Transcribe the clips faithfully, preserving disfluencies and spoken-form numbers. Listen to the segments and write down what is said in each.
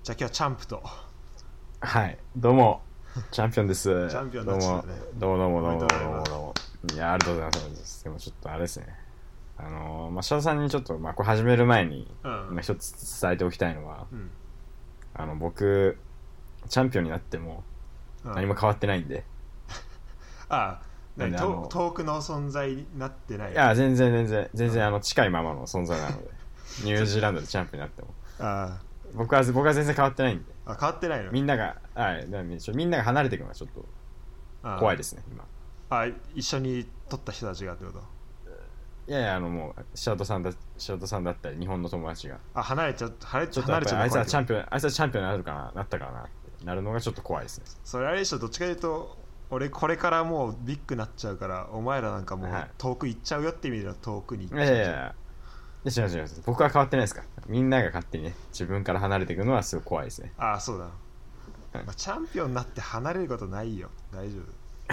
じゃあ今日はチャンプと。 はい、どうもチャンピオンです。チャンピオンになっちゃったね。 どうもどうもどうもどうもどうもおめでとうございますどうも。いや、ありがとうございます。でもちょっとあれですね。あのー、まあ、翔さんにちょっと、まあ、これ始める前に、 うん今一つ伝えておきたいのは、 うん、 あの、僕、チャンピオンになっても、 うん、 何も変わってないんで。 ああ、何なんであの遠くの存在になってない。 いや、全然全然、全然、 うんあの、近いままの存在なので、ニュージーランドでチャンピオンになっても。 あ僕は、僕は全然変わってないんで。 あ、変わってないの。 みんなが、はい、だからちょみんなが離れていくのはちょっと怖いですね、今。 ああ、一緒に撮った人たちがってこと。 いやいや、あのもう、シャウトさんだ、シャウトさんだったり、日本の友達が。 あ、離れちゃう、離れちょっとやっぱり、あいつはチャンピオン。 ピオン、あいつはチャンピオンになるかな、なったかなってなるのがちょっと怖いですね。 それあれでしょ、どっちかというと、俺これからもうビッグになっちゃうから、お前らなんかもうはい遠く行っちゃうよって意味では遠くに行っいちゃう。 やいやいや、違う違う違う。僕は変わってないですから。みんなが勝手にね、自分から離れていくのはすごい怖いですね。 ああ、そうだ。 はいまあ、チャンピオンになって離れることないよ。大丈夫。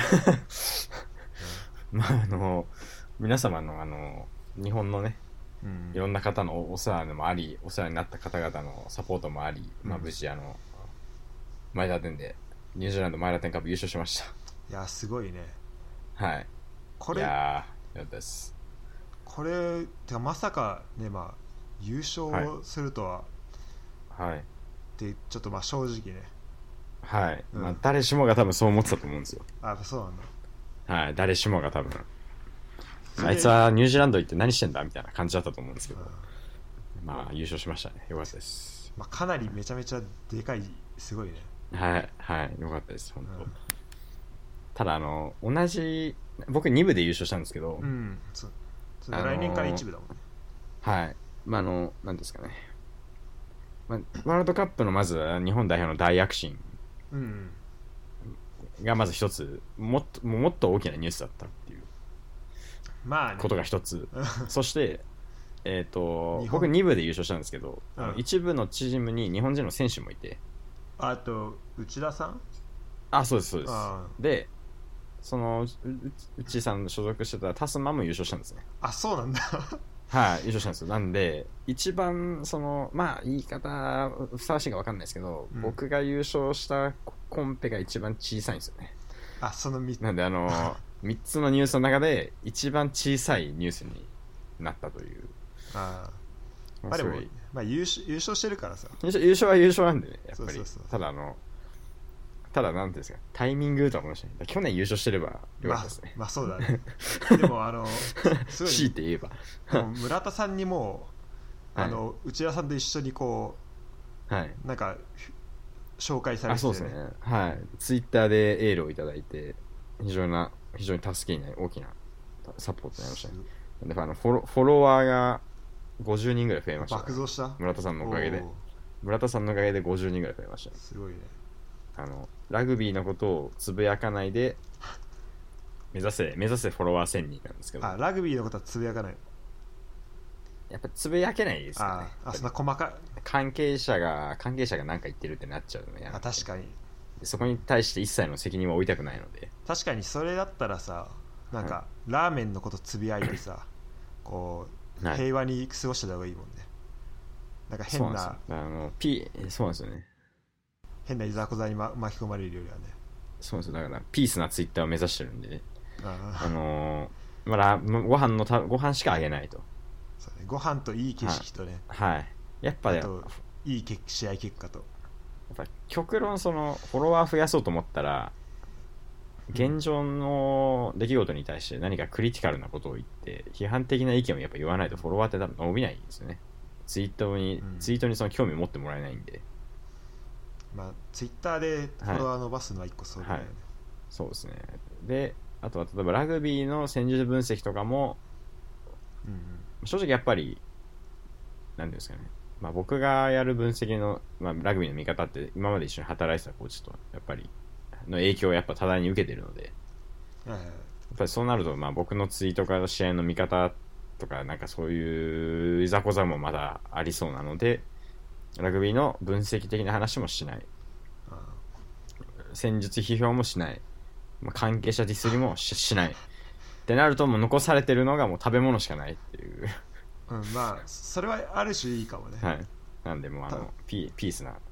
まあ、あの、皆様の、あの、日本のね、 うん、 いろんな方のお世話でもあり、お世話になった方々のサポートもあり、まあ、 うん無事、あの、前田店で、ニュージーランド前田店カップ優勝しましいや、すごいね。 た。はい。 これ、 いやー、よかったです。 これ、てかまさかね、まあ、優勝するとは、 はい。 ってちょっとまあ正直ね。 はい。 うんまあ、誰しもが多分そう思ってたと思うんですよ。 あ、やっぱそうなんだ。 はい。誰しもが多分。 それあいつはニュージーランド行って何してんだみたいな感じだったと思うんですけど、 うんまあ、優勝しましたね。よかったです。 まあ、かなりめちゃめちゃでかい、すごいね。 はい。はい。よかったです。本当。 うんただ、あの、同じ、僕に部で優勝したんですけど、 うん、そうそうあのー来年から一部だもんね。 はい。まあ、あの、なんですかね。まあ、ワールドカップのまずは日本代表の大躍進うんがまず一つ、もっと、もっと大きなニュースだったっていうまあね。 ことが一つ。そして、えっ、と日、本僕に部で優勝したんですけど、 うんあの一部のチームに日本人の選手もいて、 あと内田さん。 あ、そうです、そうですあ。 で、その、うううちさんの所属してたタスマも優勝したんですね。 あ、そうなんだ。 はい、優勝したんですよ。なんで、一番、その、まあ、言い方、ふさわしいか分かんないですけど、 うん僕が優勝したコンペが一番小さいんですよね。 あ、そのみなんで、あの、みっつのニュースの中で、一番小さいニュースになったという。 あー、まあ、でもすごい、 まあ、優勝優勝してるからさ。 優勝優勝は優勝なんでね、やっぱり。 そうそうそうただ、あの、ただ、なんていうんですか、タイミングとは思いましたね。去年優勝してればよかったですね。 まあ、まあそうだね。でもあのすごい強いて言えば。 でも村田さんにもはいあの内田さんと一緒にこはい。 うなんか紹介されあ、 てて、 そうですね。はい。ツイッターでエールをいただいて、非常な、非常に助けになり、大きなサポートになりましたね。で、あのフォロフォロワーがごじゅうにんぐらい増えました、 爆増した。 村田さんのおかげでおー。 村田さんのおかげでごじゅうにんぐらい増えましたね。 すごいね。 あの、ラグビーのことをつぶやかないで、目指せ、目指せフォロワーせんにんなんですけど、 あ、ラグビーのことはつぶやかないの。 やっぱつぶやけないですよね。 ああ、そんな細かい。 関係者が、関係者が何か言ってるってなっちゃうのね。 あ、確かにでそこに対して一切の責任は負いたくないので。 確かにそれだったらさ、なんか、 はラーメンのことつぶやいてさ、こう、 はい平和に過ごしてた方がいいもんね。なんか変なそうなんですよ。あの、P、そうなんですよね。 変ないざこざに、ま、巻き込まれるよりはね。 そうなんですよ。だから、ピースなツイッターを目指してるんで、 ああのー、まだ、ご飯のた、ご飯しかあげないと。 そうね、ご飯といい景色とね、 はい。やっぱね、やっあといいけ試合結果と。 ぱ極論その、フォロワー増やそうと思ったら、現状の出来事に対して何かクリティカルなことを言って、批判的な意見をやっぱ言わないとフォロワーって多分伸びないんですよね。ツイートに、 うんツイートにその興味を持ってもらえないんで。 まあ、ツイッターでフォロワー伸ばすのは一個そうだよね。 はいそうですね。で、あとは例えばラグビーの戦術分析とかも、 うんうん正直やっぱり、なんていうんですかね。まあ僕がやる分析の、まあラグビーの見方って今まで一緒に働いてたコーチと、やっぱり、の影響をやっぱ多大に受けてるので、 はいはいはい。 やっぱりそうなると、まあ僕のツイートから試合の見方とか、なんかそういういざこざもまだありそうなので、ラグビーの分析的な話もしない。 あ戦術批評もしない。まあ、関係者ディスりも し, しない。ってなるともう残されてるのがもう食べ物しかないっていう。 ーうん、まあそれはある種いいかもね。 はい。なんでもうあのピ、ピースな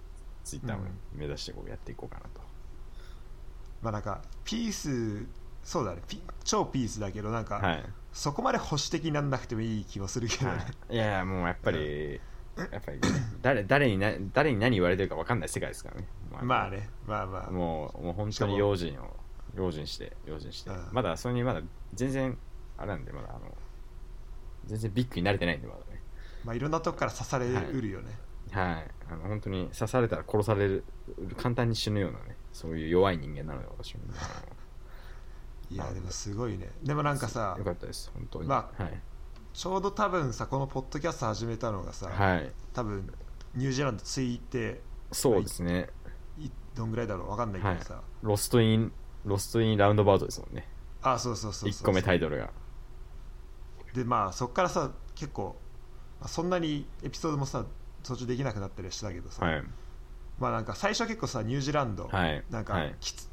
ツイッターも目指してこうやっていこうかなと、 まあなんかピースそうだねピ超ピースだけどなんか、はい、そこまで保守的になんなくてもいい気もするけどね、 はい、いやいやもうやっぱりやっぱり、ね、誰, 誰, にな誰に何言われてるか分かんない世界ですからね。 まあね、まあまあ。 もう、もう本当に用心を、用心して、用心して。うん、まだ、それにまだ全然、あれなんで、まだ、あの、全然ビッグに慣れてないんで、まだね。 まあいろんなとこから刺されうるよね。 はい。はい、あの本当に刺されたら殺される、簡単に死ぬようなね、そういう弱い人間なので、私も。 いや、でもすごいね。でもなんかさ、 よかったです、本当に。 まあ、 はい、 ちょうど多分さこのポッドキャスト始めたのがさ、 はい、 多分ニュージーランド着いてそうですね、 どんぐらいだろう分かんないけどさ、はい、 ロストインロストインラウンドバウトですもんね。 あ、そうそうそうそう、いっこめタイトルがで、まあそっからさ結構、まあ、そんなにエピソードもさ途中できなくなったりしたけどさ、はい、まあなんか最初は結構さニュージーランド、はい、なんかきつ、はい、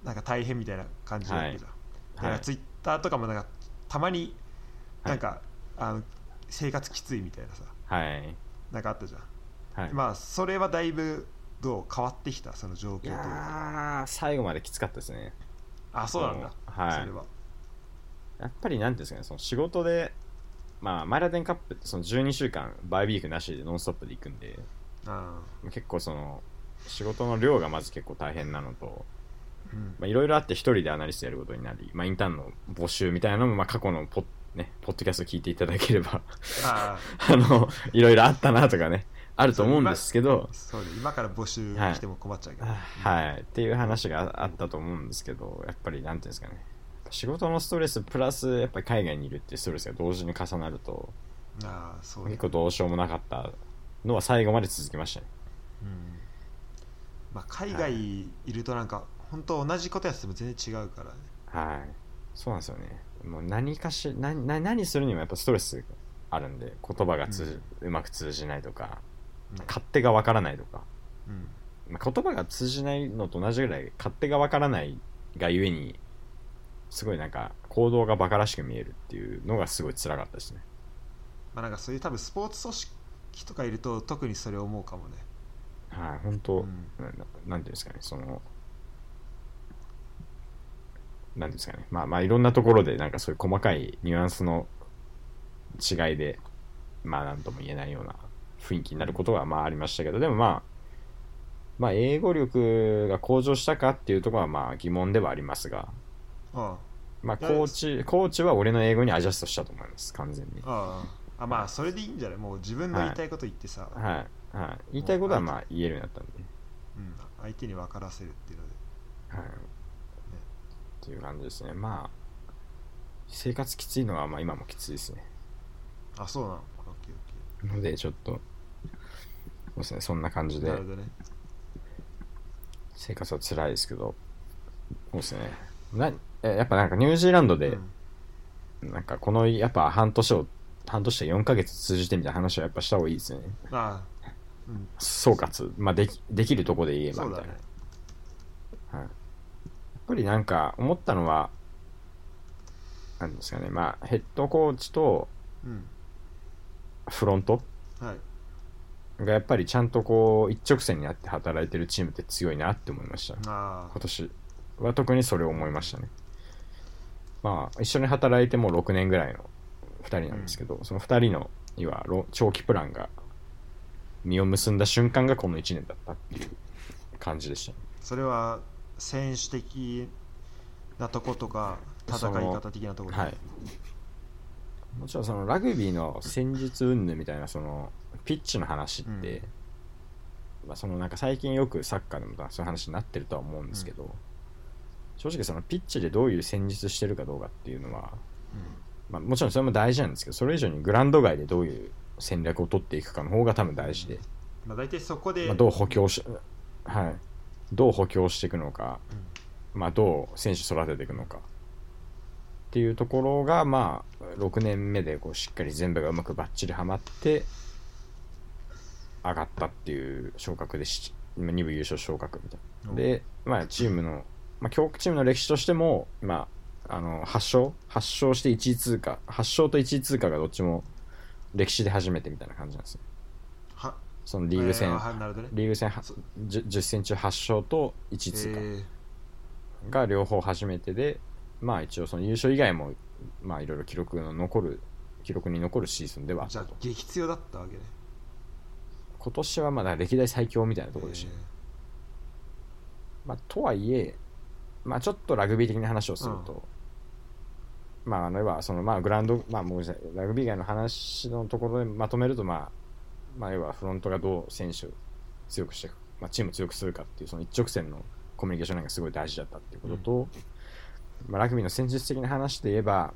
なんか大変みたいな感じだったじゃん、はい、だからツイッターとかもなんかたまになんか、はい、あの生活きついみたいなさ、はい、なんかあったじゃん、はい、まあそれはだいぶどう変わってきたその状況というか。いや最後まできつかったですね。 あ、そうなんだ、はい、それはやっぱりなんていうんですかね、その仕事でまあマイラテンカップってそのじゅうにしゅうかんバイウィークなしでノンストップで行くんで、あ結構その仕事の量がまず結構大変なのと、いろいろあって一人でアナリストやることになり、まあ、インターンの募集みたいなのも、まあ、過去のポッ、ね、ポッドキャスト聞いていただければああのいろいろあったなとかねあると思うんですけど、 そう今, そう今から募集しても困っちゃうけど、 はい、はい、っていう話があったと思うんですけど、やっぱりなんていうんですかね、仕事のストレスプラスやっぱり海外にいるっていうストレスが同時に重なると、あそう、ね、結構どうしようもなかったのは最後まで続きましたね、うんまあ、海外いるとなんか、はい、本当同じことやってても全然違うからね。 はい、そうなんですよね。もう何かし何何するにもやっぱストレスあるんで、言葉が通、うん、うまく通じないとか、うん、勝手がわからないとか、うんまあ、言葉が通じないのと同じぐらい勝手がわからないがゆえにすごいなんか行動がバカらしく見えるっていうのがすごい辛かったですね。 まあなんかそういう多分スポーツ組織とかいると特にそれを思うかもね。 はい、本当、うん、な, なんていうんですかね、そのなんですかね、まあまあいろんなところでなんかそういう細かいニュアンスの違いでまあなんとも言えないような雰囲気になることはまあありましたけど、でもまあまあ英語力が向上したかっていうところはまあ疑問ではありますが、ああまあコーチコーチは俺の英語にアジャストしたと思います完全に。 あああまあそれでいいんじゃない、もう自分の言いたいこと言ってさ、 はいはいはい、言いたいことはまあ言えるようになったんで、 うん、相手に分からせるっていうので、はい、ね、 っていう感じですね。まあ生活きついのはまあ今もきついですね。 あ、そうなの。オッケーオッケー。 のでちょっとそうですね、そんな感じで、なるほどね、生活は辛いですけど、そうですね、なやっぱなんかニュージーランドで、うん、なんかこのやっぱ半年を半年とよんかげつ通じてみたいな話はやっぱした方がいいですよね。ああ、うん、総括、まあ、でき、できるとこで言えばみたいな、ね、はい、やっぱりなんか思ったのはなんですかね、まあヘッドコーチとフロントがやっぱりちゃんとこう一直線にあって働いてるチームって強いなって思いました。今年は特にそれを思いましたね。まあ一緒に働いてもろくねんぐらいのふたりなんですけど、うん、そのふたりのには長期プランが実を結んだ瞬間がこのいちねんだったっていう感じでした、ね、 それは選手的なとことか戦い方的なところ、はい、 もちろんそのラグビーの戦術云々みたいなそのピッチの話って、うんまあ、そのなんか最近よくサッカーでもそういう話になってるとは思うんですけど、うん、正直そのピッチでどういう戦術してるかどうかっていうのは、うんまあ、もちろんそれも大事なんですけど、それ以上にグラウンド外でどういう戦略を取っていくかの方が多分大事で、 まあ、大体そこで、 まあ、どう補強し、はい、どう補強していくのか、うんまあ、どう選手育てていくのかっていうところが、まあ、ろくねんめでこうしっかり全部がうまくバッチリはまって上がったっていう昇格でしに部優勝昇格みたいな、うん、で、まあ、チームの、まあ、強化チームの歴史としても、まあ、あのはっ勝はっ勝していちい通過はっ勝といちい通過がどっちも歴史で初めてみたいな感じなんですよ。 はそのリーグ戦、 えーね、 リーグ戦 10, 10戦中はち勝といち通過が両方初めてで、まあ一応その優勝以外もまあいろいろ記録の残る記録に残るシーズンではあったと。 じゃあ激強だったわけね。 今年はまだ歴代最強みたいなところでした、えーまあ、とはいえ、まあ、ちょっとラグビー的な話をすると、うん、まああのはそのまあグラウンド、まあ、もうラグビー以外の話のところでまとめると、まあ、まあ要はフロントがどう選手を強くしていく、まあ、チームを強くするかっていうその一直線のコミュニケーションがすごい大事だったっていうことと、うんまあ、ラグビーの戦術的な話で言えば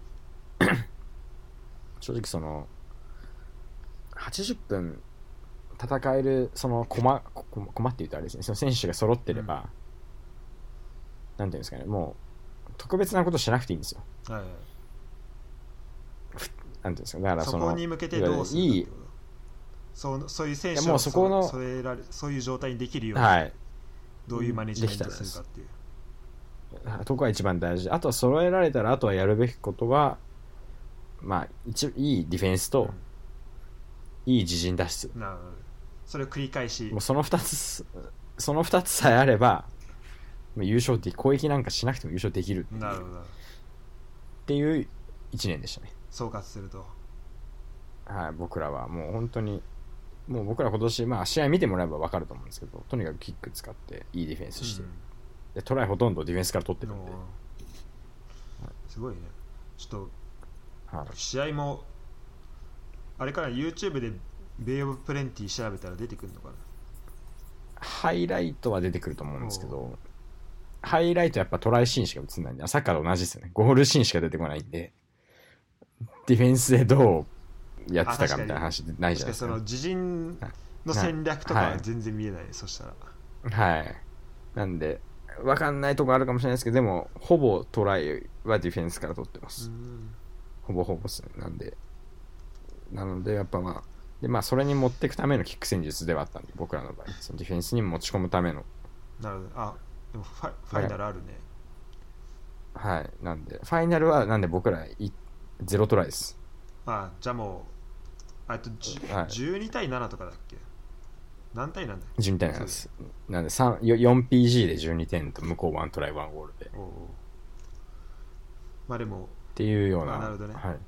正直そのはちじゅっぷん戦えるそのコマコマって言うとあれですね、その選手が揃ってれば、うん、なんていうんですかね、もう特別なことしなくていいんですよ。はいはい、なんていうんですか、だからそのそこに向けてどうするかってこと、そうそういう選手をもうそこのそれられそういう状態にできるように、はい、どういうマネジメントするかっていうとこが一番大事。あとは揃えられたらあとはやるべきことは、まあ一いいディフェンスと、うん、いい自陣脱出。 なるほど。それを繰り返し。 もうそのふたつ、そのふたつさえあれば、優勝で攻撃なんかしなくても優勝できるっていう。 なるほど。 っていういちねんでしたね。 総括すると。 はい、僕らはもう本当に、もう僕ら今年、まあ試合見てもらえば分かると思うんですけど、とにかくキック使っていいディフェンスして、うん、でトライほとんどディフェンスから取ってるんで。 すごいね。ちょっと、はい、試合も、あれから YouTube でベイオブプレンティ調べたら出てくるのかな。 ハイライトは出てくると思うんですけど、ハイライトやっぱトライシーンしか映んないんで、サッカーと同じですよね。ゴールシーンしか出てこないんで、ディフェンスでどうやってたかみたいな話ないじゃないですか。 確かにその自陣の戦略とかは全然見えない、はい、そしたら。 はい。なんで、分かんないとこあるかもしれないですけど、でも、ほぼトライはディフェンスから取ってます。ほぼほぼですね。なんで、なので、やっぱまあ、でまあ、それに持っていくためのキック戦術ではあったんで、僕らの場合、そのディフェンスに持ち込むための。 なるほど。あ、でもファ、ファイナルあるね。 はい。なんで、ファイナルは、なんで僕らい、ゼロトライです。 あ、じゃあもう、あと、はい、じゅうにたいななとかだっけ？何対なんだっけ？ じゅうにたいななです。なんで、よんピージー でじゅうにてんと、向こういちトライいちゴールで。おうおう、 まあでも、 っていうような。 まあ、なるほどね。 はい。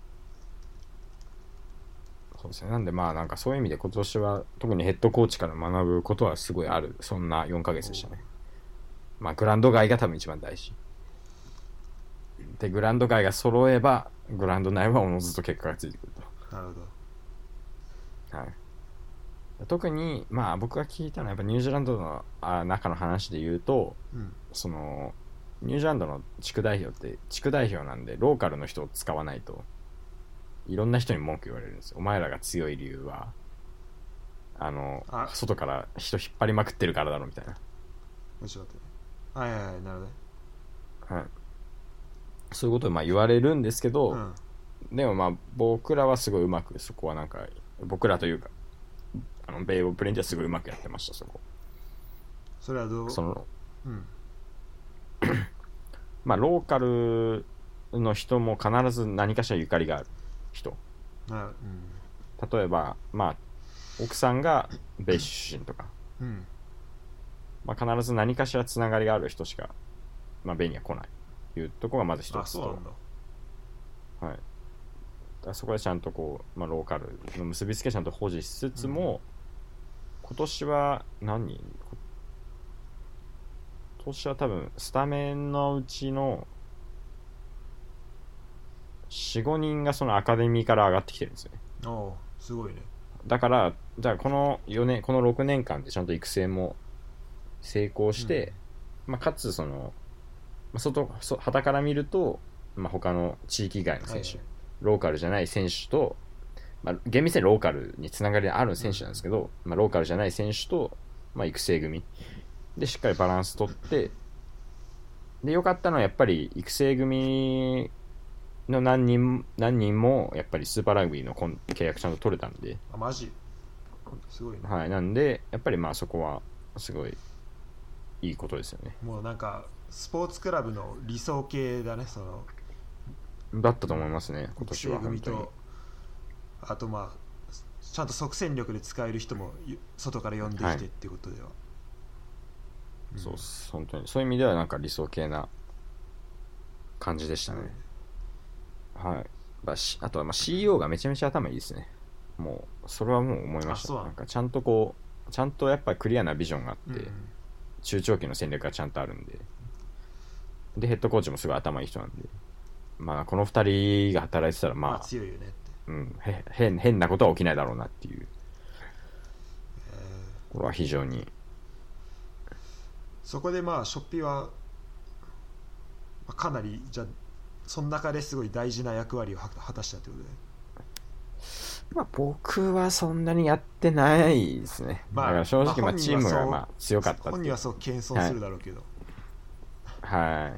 そうですね。なんでまあなんかそういう意味で今年は特にヘッドコーチから学ぶことはすごいある、そんなよんかげつでしたね。まあグラウンド外が多分一番大事で、グラウンド外が揃えばグラウンド内はおのずと結果がついてくると。なるほど。はい。特にまあ僕が聞いたのはやっぱニュージーランドの中の話で言うと、うん、そのニュージーランドの地区代表って地区代表なんでローカルの人を使わないといろんな人に文句言われるんですよ。お前らが強い理由はあのあ外から人引っ張りまくってるからだろみたいな。 もし待って。はいはいはい、なるほど。はい。そういうことをまあ言われるんですけど、うん、でもまあ僕らはすごいうまくそこはなんか僕らというかあのベイオブプレンティはすごいうまくやってました。そこ。 それはどう？ その、 うん、 まあローカルの人も必ず何かしらゆかりがある人。 あ、うん、 例えばまあ奥さんがベイ出身とか、 うん、 まあ、必ず何かしらつながりがある人しか、まあ、ベイには来ないというところがまず一つと。 あ、そうなんだ。 はい。だそこでちゃんとこう、まあ、ローカルの結びつけちゃんと保持しつつも、うん、今年は何人今年は多分スタメンのうちのよん、ごにんがそのアカデミーから上がってきてるんですよね。 おー、すごいね。 だからじゃあこのよねんこのろくねんかんでちゃんと育成も成功して、うん、まあ、かつその、まあ、外旗から見ると、まあ、他の地域外の選手、はいはい、ローカルじゃない選手と、まあ、厳密にローカルにつながりのある選手なんですけど、うん、まあ、ローカルじゃない選手と、まあ、育成組でしっかりバランス取ってで良かったのはやっぱり育成組の何人何人もやっぱりスーパーラグビーの契約ちゃんと取れたんで。 あ、マジすごいね。 はい、なんでやっぱりまあそこはすごいいいことですよね。 もうなんかスポーツクラブの理想系だね、そのだったと思いますね今年は。 育成組とあとまあちゃんと即戦力で使える人も外から呼んできてっていうことでは、はいうん、そうっす本当にそういう意味ではなんか理想系な感じでしたね、はい、はい、あとはまあ シーイーオー がめちゃめちゃ頭いいですね。もうそれはもう思いました。なんかちゃんとこうちゃんとやっぱりクリアなビジョンがあって、うん、中長期の戦略がちゃんとあるんで、でヘッドコーチもすごい頭いい人なんで、まあこのふたりが働いてたらまあ、まあ、 強いよねって、 うん、へ変変なことは起きないだろうなっていう、えー、これは非常にそこでまあショッピーはかなりじゃその中ですごい大事な役割を果たしたってことで、 まあ、僕はそんなにやってないですね、まあ、だから正直まあチームがまあ強かったって本人はそう謙遜するだろうけど、 はい、はい、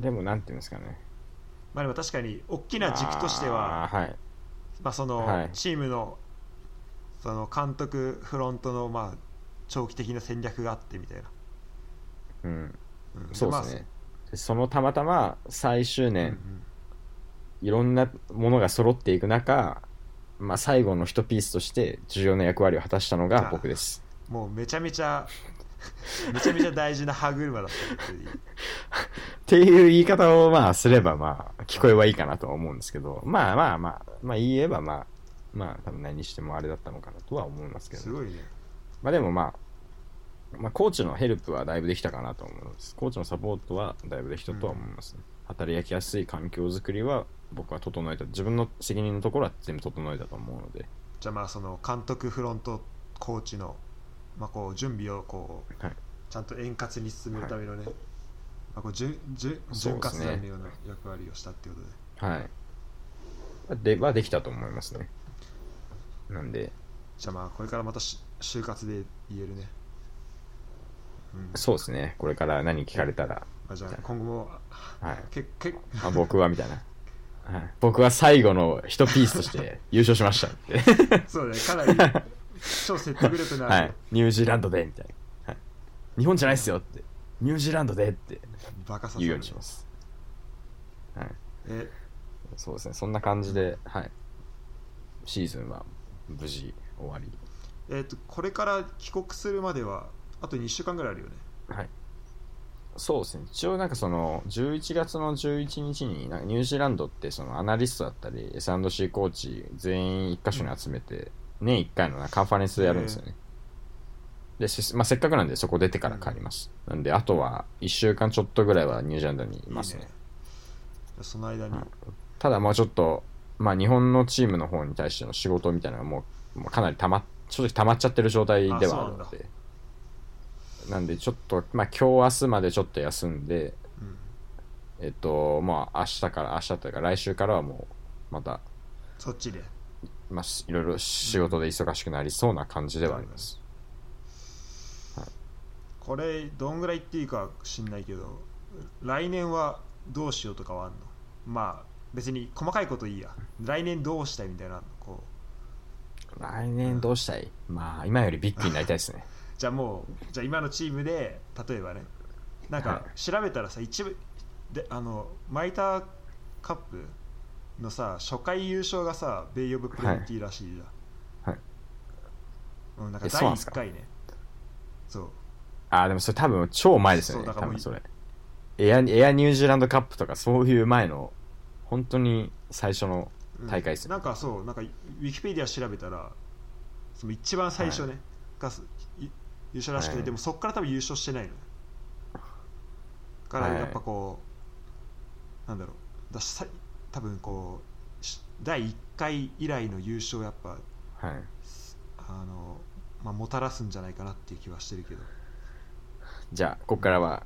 でもなんていうんですかね、 まあでも確かに大きな軸としては、 はい、 まあそのチームのその監督フロントのまあ長期的な戦略があってみたいな、 うん、うん、そうですね、まあ、そのたまたま最終年、うんうん、いろんなものが揃っていく中、まあ、最後の一ピースとして重要な役割を果たしたのが僕です。 もうめちゃめちゃめちゃめちゃ大事な歯車だったっていうっていう言い方をまあすればまあ聞こえはいいかなとは思うんですけど、まあまあまあまあ言えばまあまあ多分何にしてもあれだったのかなとは思いますけど、 すごいね。 まあでもまあまあコーチのヘルプはだいぶできたかなと思います。コーチのサポートはだいぶできたとは思いますね、うん、働きやすい環境づくりは僕は整えた、自分の責任のところは全部整えたと思うので、 じゃあまあその監督フロントコーチのまあこう準備をこう、はい、ちゃんと円滑に進めるためのね、はい、まあこう順順順滑剤のような役割をしたっていうことで、はいではできたと思いますね。なんでじゃあまあこれからまた就活で言えるね、 うん、そうですね。これから何聞かれたら、 あじゃあ今後も、 はい、 けけあ僕はみたいなはい、僕は最後の一ピースとして優勝しましたってそうね、かなり超説得力のある、 はい、ニュージーランドでみたいな、はい、日本じゃないっすよってニュージーランドでって言うようにします、はい、えそうですね、そんな感じで、はい、シーズンは無事終わり、 えーとこれから帰国するまではあとにしゅうかんぐらいあるよね。 はい、そうですね、一応なんかそのじゅういちがつのじゅういちにちになんかニュージーランドってそのアナリストだったり エスアンドシー コーチ全員一箇所に集めて年いっかいのカンファレンスでやるんですよね。で、まあ、せっかくなんでそこ出てから帰ります、うん、なんであとはいっしゅうかんちょっとぐらいはニュージーランドにいますね。いいね、 その間に、はい、 ただもうちょっと、まあ、日本のチームの方に対しての仕事みたいなのがもう、もうかなりたま正直溜まっちゃってる状態ではあるので、なんでちょっと、まあ、今日明日までちょっと休んで、うん、えっとまあ明日から明日というか来週からはもうまたそっちで、 まあ、いろいろ仕事で忙しくなりそうな感じではあります、 うんはい、これどんぐらい言っていいか知んないけど来年はどうしようとかはあんの？まあ別に細かいこといいや、来年どうしたいみたいな、こう来年どうしたい、うん、まあ今よりビッグになりたいですねじゃあもうじゃあ今のチームで例えばね、なんか調べたらさ、一部であのマイターカップのさ初回優勝がさベイオブプレンティらしいじゃん、はい、うん、なんかだいいっかいね。そうああでもそれ多分超前ですよね。多分それエアエアニュージーランドカップとかそういう前の本当に最初の大会ですよ、 うん、なんかそうなんかウィキペディア調べたらその一番最初ね、はい、が優勝らしくて、はい、でもそっから多分優勝してないのだからやっぱこう、はい、なんだろうだし多分こうだいいっかい以来の優勝やっぱ、はい、あのまあ、もたらすんじゃないかなっていう気はしてるけど、 じゃあここからは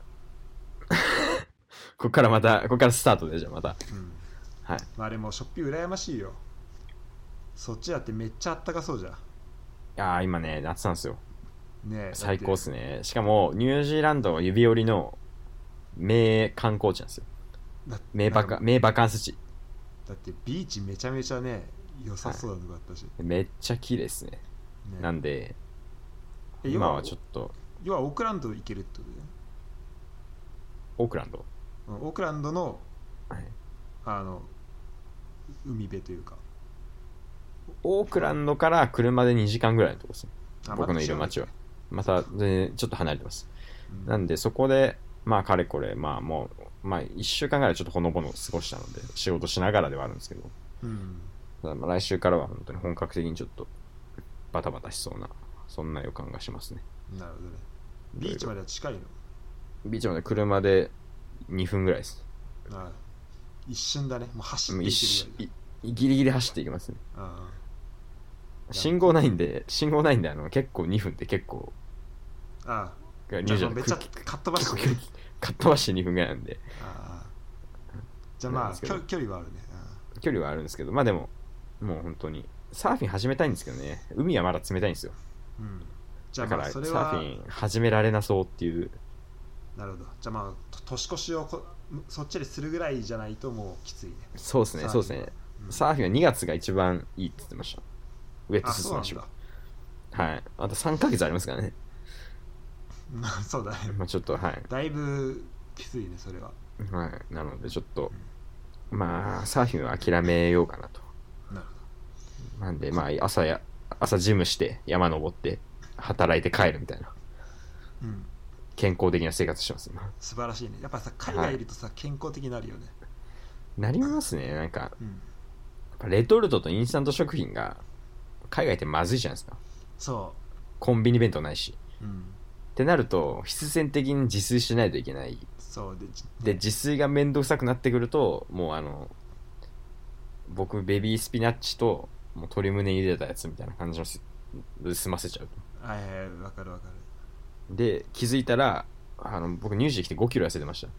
ここからまたここからスタートでじゃあまた、うんはい、まあでもショッピー羨ましいよ。そっちだってめっちゃあったかそうじゃん。 いや今ね夏なんですよね、最高っすね。しかもニュージーランド指折りの名観光地なんですよ。名バカ名バカンス地だってビーチめちゃめちゃね良さそうなのがあったし、はい、 めっちゃ綺麗ですね。ねなんで今はちょっと要はオークランド行けるってことだよね。 オークランド、 うん、オークランドの、はい、あの海辺というかオークランドから車でにじかんぐらいのとこですね、僕のいる町は。また全然ちょっと離れてます、うん、なんでそこでまあかれこれまあもうまあいっしゅうかんぐらいちょっとほのぼの過ごしたので仕事しながらではあるんですけど、うん、ただまあ来週からは本当に本格的にちょっとバタバタしそうなそんな予感がしますね。 なるほどね。ビーチまでは近いの？ ビーチまで車でにふんぐらいです。 ああ、一瞬だね。もう走っていけるぐらいギリギリ走っていきますね。ああ、信号ないんで信号ないんであの結構にふんって結構ああニュージーランドめっちゃかっ飛ばして、 ね、かっ飛ばしてにふんぐらいなんで、 ああじゃあまあ距離はあるね。ああ距離はあるんですけど、まあでももう本当にサーフィン始めたいんですけどね、海はまだ冷たいんですよ、うん、じゃあだからサーフィン始められなそうっていう。 なるほど。じゃあまあ年越しをこそっちでするぐらいじゃないともうきついね。 そうですねそうですね、うん、サーフィンはにがつが一番いいって言ってました。ウェットスーツの人が。はい。あとさんかげつありますからね。 そうだね。 まあちょっとはい。 だいぶきついねそれは。 はい。なのでちょっと、うん、まあサーフィンは諦めようかなと。なるほど。なんでまあ朝や朝ジムして山登って働いて帰るみたいな。うん。健康的な生活してます今。 素晴らしいね。やっぱさ海外いるとさ、はい、健康的になるよね。 なりますね。なんか、うん、やっぱレトルトとインスタント食品が海外ってまずいじゃないですか。 そうコンビニ弁当ないし、うん、ってなると必然的に自炊しないといけない。 そうでで自炊が面倒くさくなってくるともうあの僕ベビースピナッチともう鶏胸茹でたやつみたいな感じので済ませちゃうと。はいはい、分かる分かる。で気づいたらあの僕乳児来てごキロ痩せてました。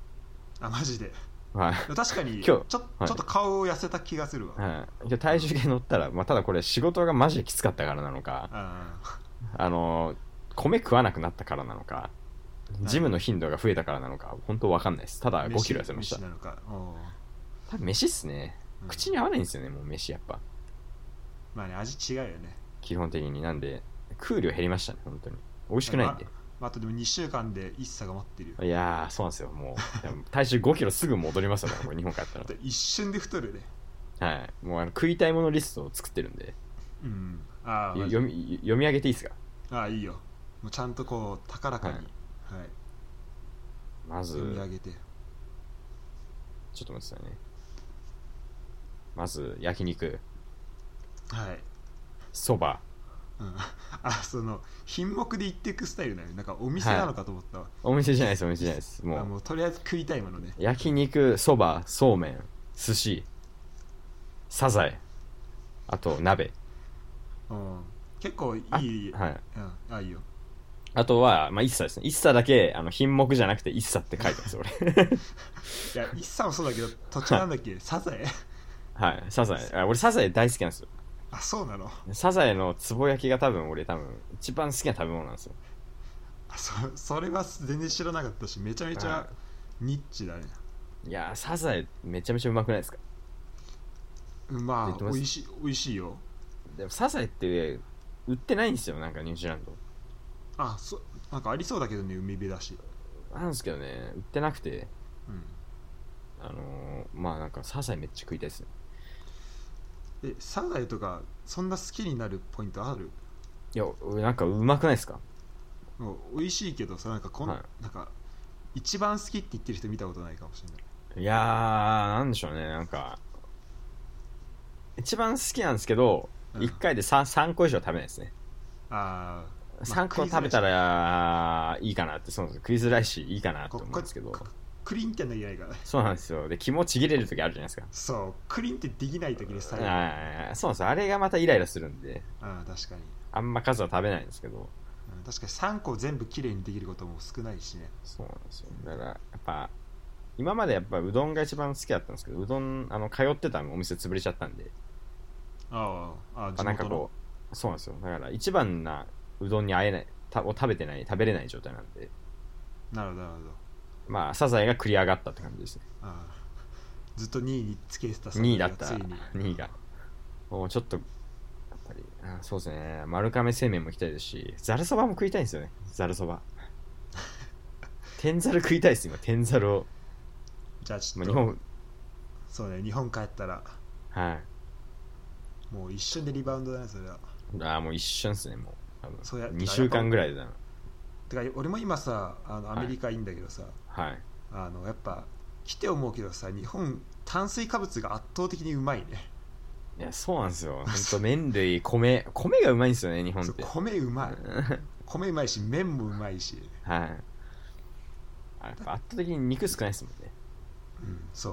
あマジで。 はい、 確かに今日ちょ、はい、ちょっと顔を痩せた気がするわ、 はい、今日体重計乗ったら、まあ、ただこれ仕事がマジできつかったからなのか、あ, あの米食わなくなったからなのかジムの頻度が増えたからなのか本当わかんないです。ただごキロ痩せました。 飯なのか。 多分飯っすね、うん、口に合わないんですよねもう飯やっぱ。 まあね味違うよね基本的に。なんで食う量減りましたね本当に。美味しくないんで、 まあ、あとでもにしゅうかんで一差が待ってるよ。 いやーそうなんですよ。もう体重ごキロすぐ戻りますよねこれ日本帰ったら一瞬で太るね。 はい、もうあの食いたいものリストを作ってるんで、うん、あ読み読み上げていいですか。 ああいいよ。もうちゃんとこう高らかに、はいはい、 まず読み上げて。 ちょっと待ってくださいね。まず焼肉、 はいそば、 うん、あその品目で言っていくスタイルだよね。なんかお店なのかと思ったわ、はい、 お店じゃないですお店じゃないです。もう、 あもうとりあえず食いたいものね。 焼肉、そば、そうめん、寿司、サザエ、あと鍋、 うん、結構いい。 あ、はい、うん、 あいいよ。 あとは、まあ、一茶ですね。一茶だけあの品目じゃなくて一茶って書いてます俺いや一茶もそうだけど途中なんだっけサザエ。 はいサザエ。あ俺サザエ大好きなんですよ。 あそうなの。 サザエのつぼ焼きが多分俺多分一番好きな食べ物なんですよ。 あ そ, それは全然知らなかったしめちゃめちゃニッチだね。 いやサザエめちゃめちゃうまくないですか。 まあ美味しい美味しいよ。 でもサザエって売ってないんですよなんかニュージーランド。 あそなんかありそうだけどね海辺だし。 なんですけどね売ってなくて、うん、あのー、まあなんかサザエめっちゃ食いたいですね。 えサザエとかそんな好きになるポイントある？ いやなんかうまくないですか。 美味しいけどさなんかこん、はい、なんか一番好きって言ってる人見たことないかもしれない。 いやーなんでしょうねなんか一番好きなんですけど、うん、いっかいで 3, さんこ以上食べないですね。ああさんこ食べたらいいかなってそうなんです食いづらいしいいかなと思うんですけどクリンってやんなきゃいけないからね。 そうなんですよ。で気持ち切れる時あるじゃないですか。 そうクリンってできない時に最後あそうなんですよ。あれがまたイライラするんであ確かにあんま数は食べないんですけど、うん、 確かにさんこ全部きれいにできることも少ないしね。 そうなんですよ。だからやっぱ今までやっぱうどんが一番好きだったんですけどうどんあの通ってたお店潰れちゃったんであああなんかこうそうなんですよ。だから一番なうどんに会えないたを食べてない食べれない状態なんで。 なるほどなるほど。 まあサザエが繰り上がったって感じですね。 ああずっとにいにつけてたにいだったにいがもうちょっとやっぱりあそうですね。丸亀製麺も行きたいですしざるそばも食いたいんですよね。ざるそば天ざる食いたいです今天ざるを。 じゃあちょっと、まあ、日本そうね日本帰ったらはいもう一瞬でリバウンドだねそれは。 ああもう一瞬っすねもう多分そうやにしゅうかんぐらいだな。 てか俺も今さあのアメリカいいんだけどさ、 はい、 あのやっぱ来て思うけどさ日本炭水化物が圧倒的にうまいね。 いやそうなんですよ本当麺類米米がうまいんですよね日本って。 米うまい米うまいし麺もうまいし、 はい、あやっぱ圧倒的に肉少ないですもんね。 うんそう。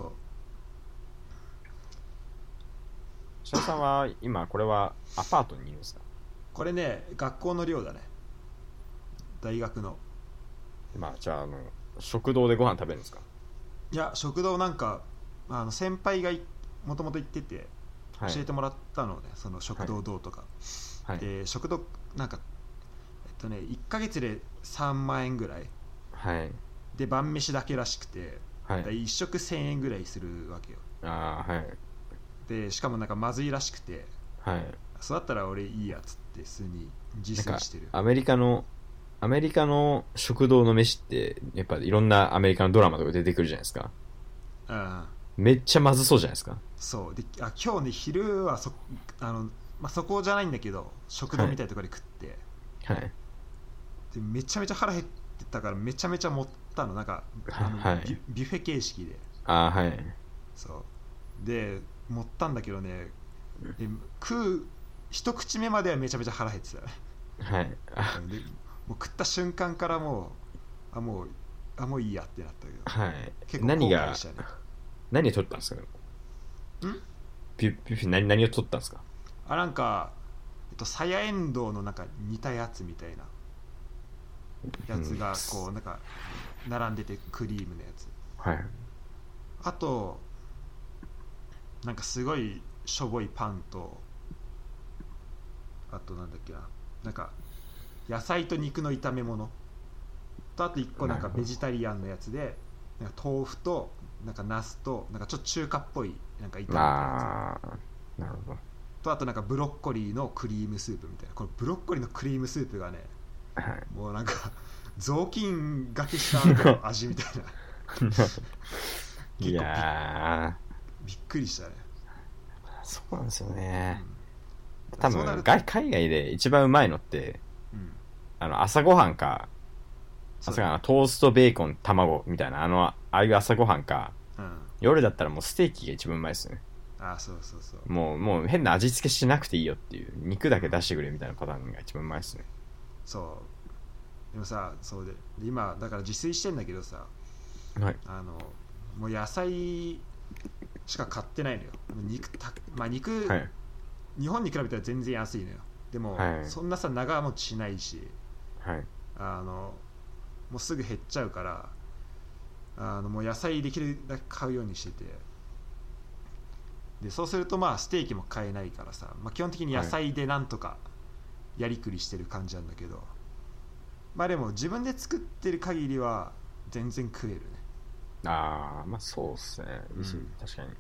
白さんは今これはアパートにいるんですか？ これね学校の寮だね大学の。 まあじゃああの食堂でご飯食べるんですか？ いや食堂なんかあの先輩がもともと行ってて教えてもらったのね、はい、その食堂どうとか、はい、で食堂なんかえっとねいっかげつでさんまんえんぐらい、はい、で晩飯だけらしくて、はい、いっ食せんえんぐらいするわけよ。 あ、はい、 でしかもなんかまずいらしくて、はい、そうだったら俺いいやつって普通に自炊してる。 アメリカのアメリカの食堂の飯ってやっぱいろんなアメリカのドラマとか出てくるじゃないですか。うん、めっちゃまずそうじゃないですか。 そうであ今日ね昼はそあの、まあ、そこじゃないんだけど食堂みたいなところで食って、はい、でめちゃめちゃ腹減ってたからめちゃめちゃ盛ったのなんかあの、はい、ビ, ビュッフェ形式で。 あ、はい、 そうで盛ったんだけどねで食う一口目まではめちゃめちゃ腹減ってた、はい、でもう食った瞬間からもうあもうあもういいやってなったけど、はい、結構後悔したね。 何が何を取ったんですか？んビュビュッフェ何何を取ったんですか？ あなんかえっとさやえんどうのなんか似たやつみたいなやつがこうなんか並んでてクリームのやつ、はい、あとなんかすごいしょぼいパンとあとなんだっけななんか野菜と肉の炒め物とあといっこなんかベジタリアンのやつでなんか豆腐となんかナスとなんかちょっと中華っぽいなんか炒めたやつ、なるほど、とあとなんかブロッコリーのクリームスープみたいなこのブロッコリーのクリームスープがね、はい、もうなんか雑巾がけした味みたいな結構び っ, いやびっくりしたね。 そうなんですよね、うん、多分海外で一番うまいのって、うん、あの朝ごはんか朝ごはんトーストベーコン卵みたいなあのああいう朝ごはんか、うん、夜だったらもうステーキが一番うまいですよね。 ああそうそうそう、 もうもう変な味付けしなくていいよっていう肉だけ出してくれみたいなパターンが一番うまいですね。 そうでもさそうで今だから自炊してんだけどさ、はい、あのもう野菜しか買ってないのよ。肉た、まあ、肉、はい、日本に比べたら全然安いのよ。でも、はい、そんなさ長持ちしないし、はい、あのもうすぐ減っちゃうからあのもう野菜できるだけ買うようにしてて、でそうするとまあステーキも買えないからさ、まあ、基本的に野菜でなんとかやりくりしてる感じなんだけど、はい、まあでも自分で作ってる限りは全然食えるね。 ああまあそうっすね、うん、確かに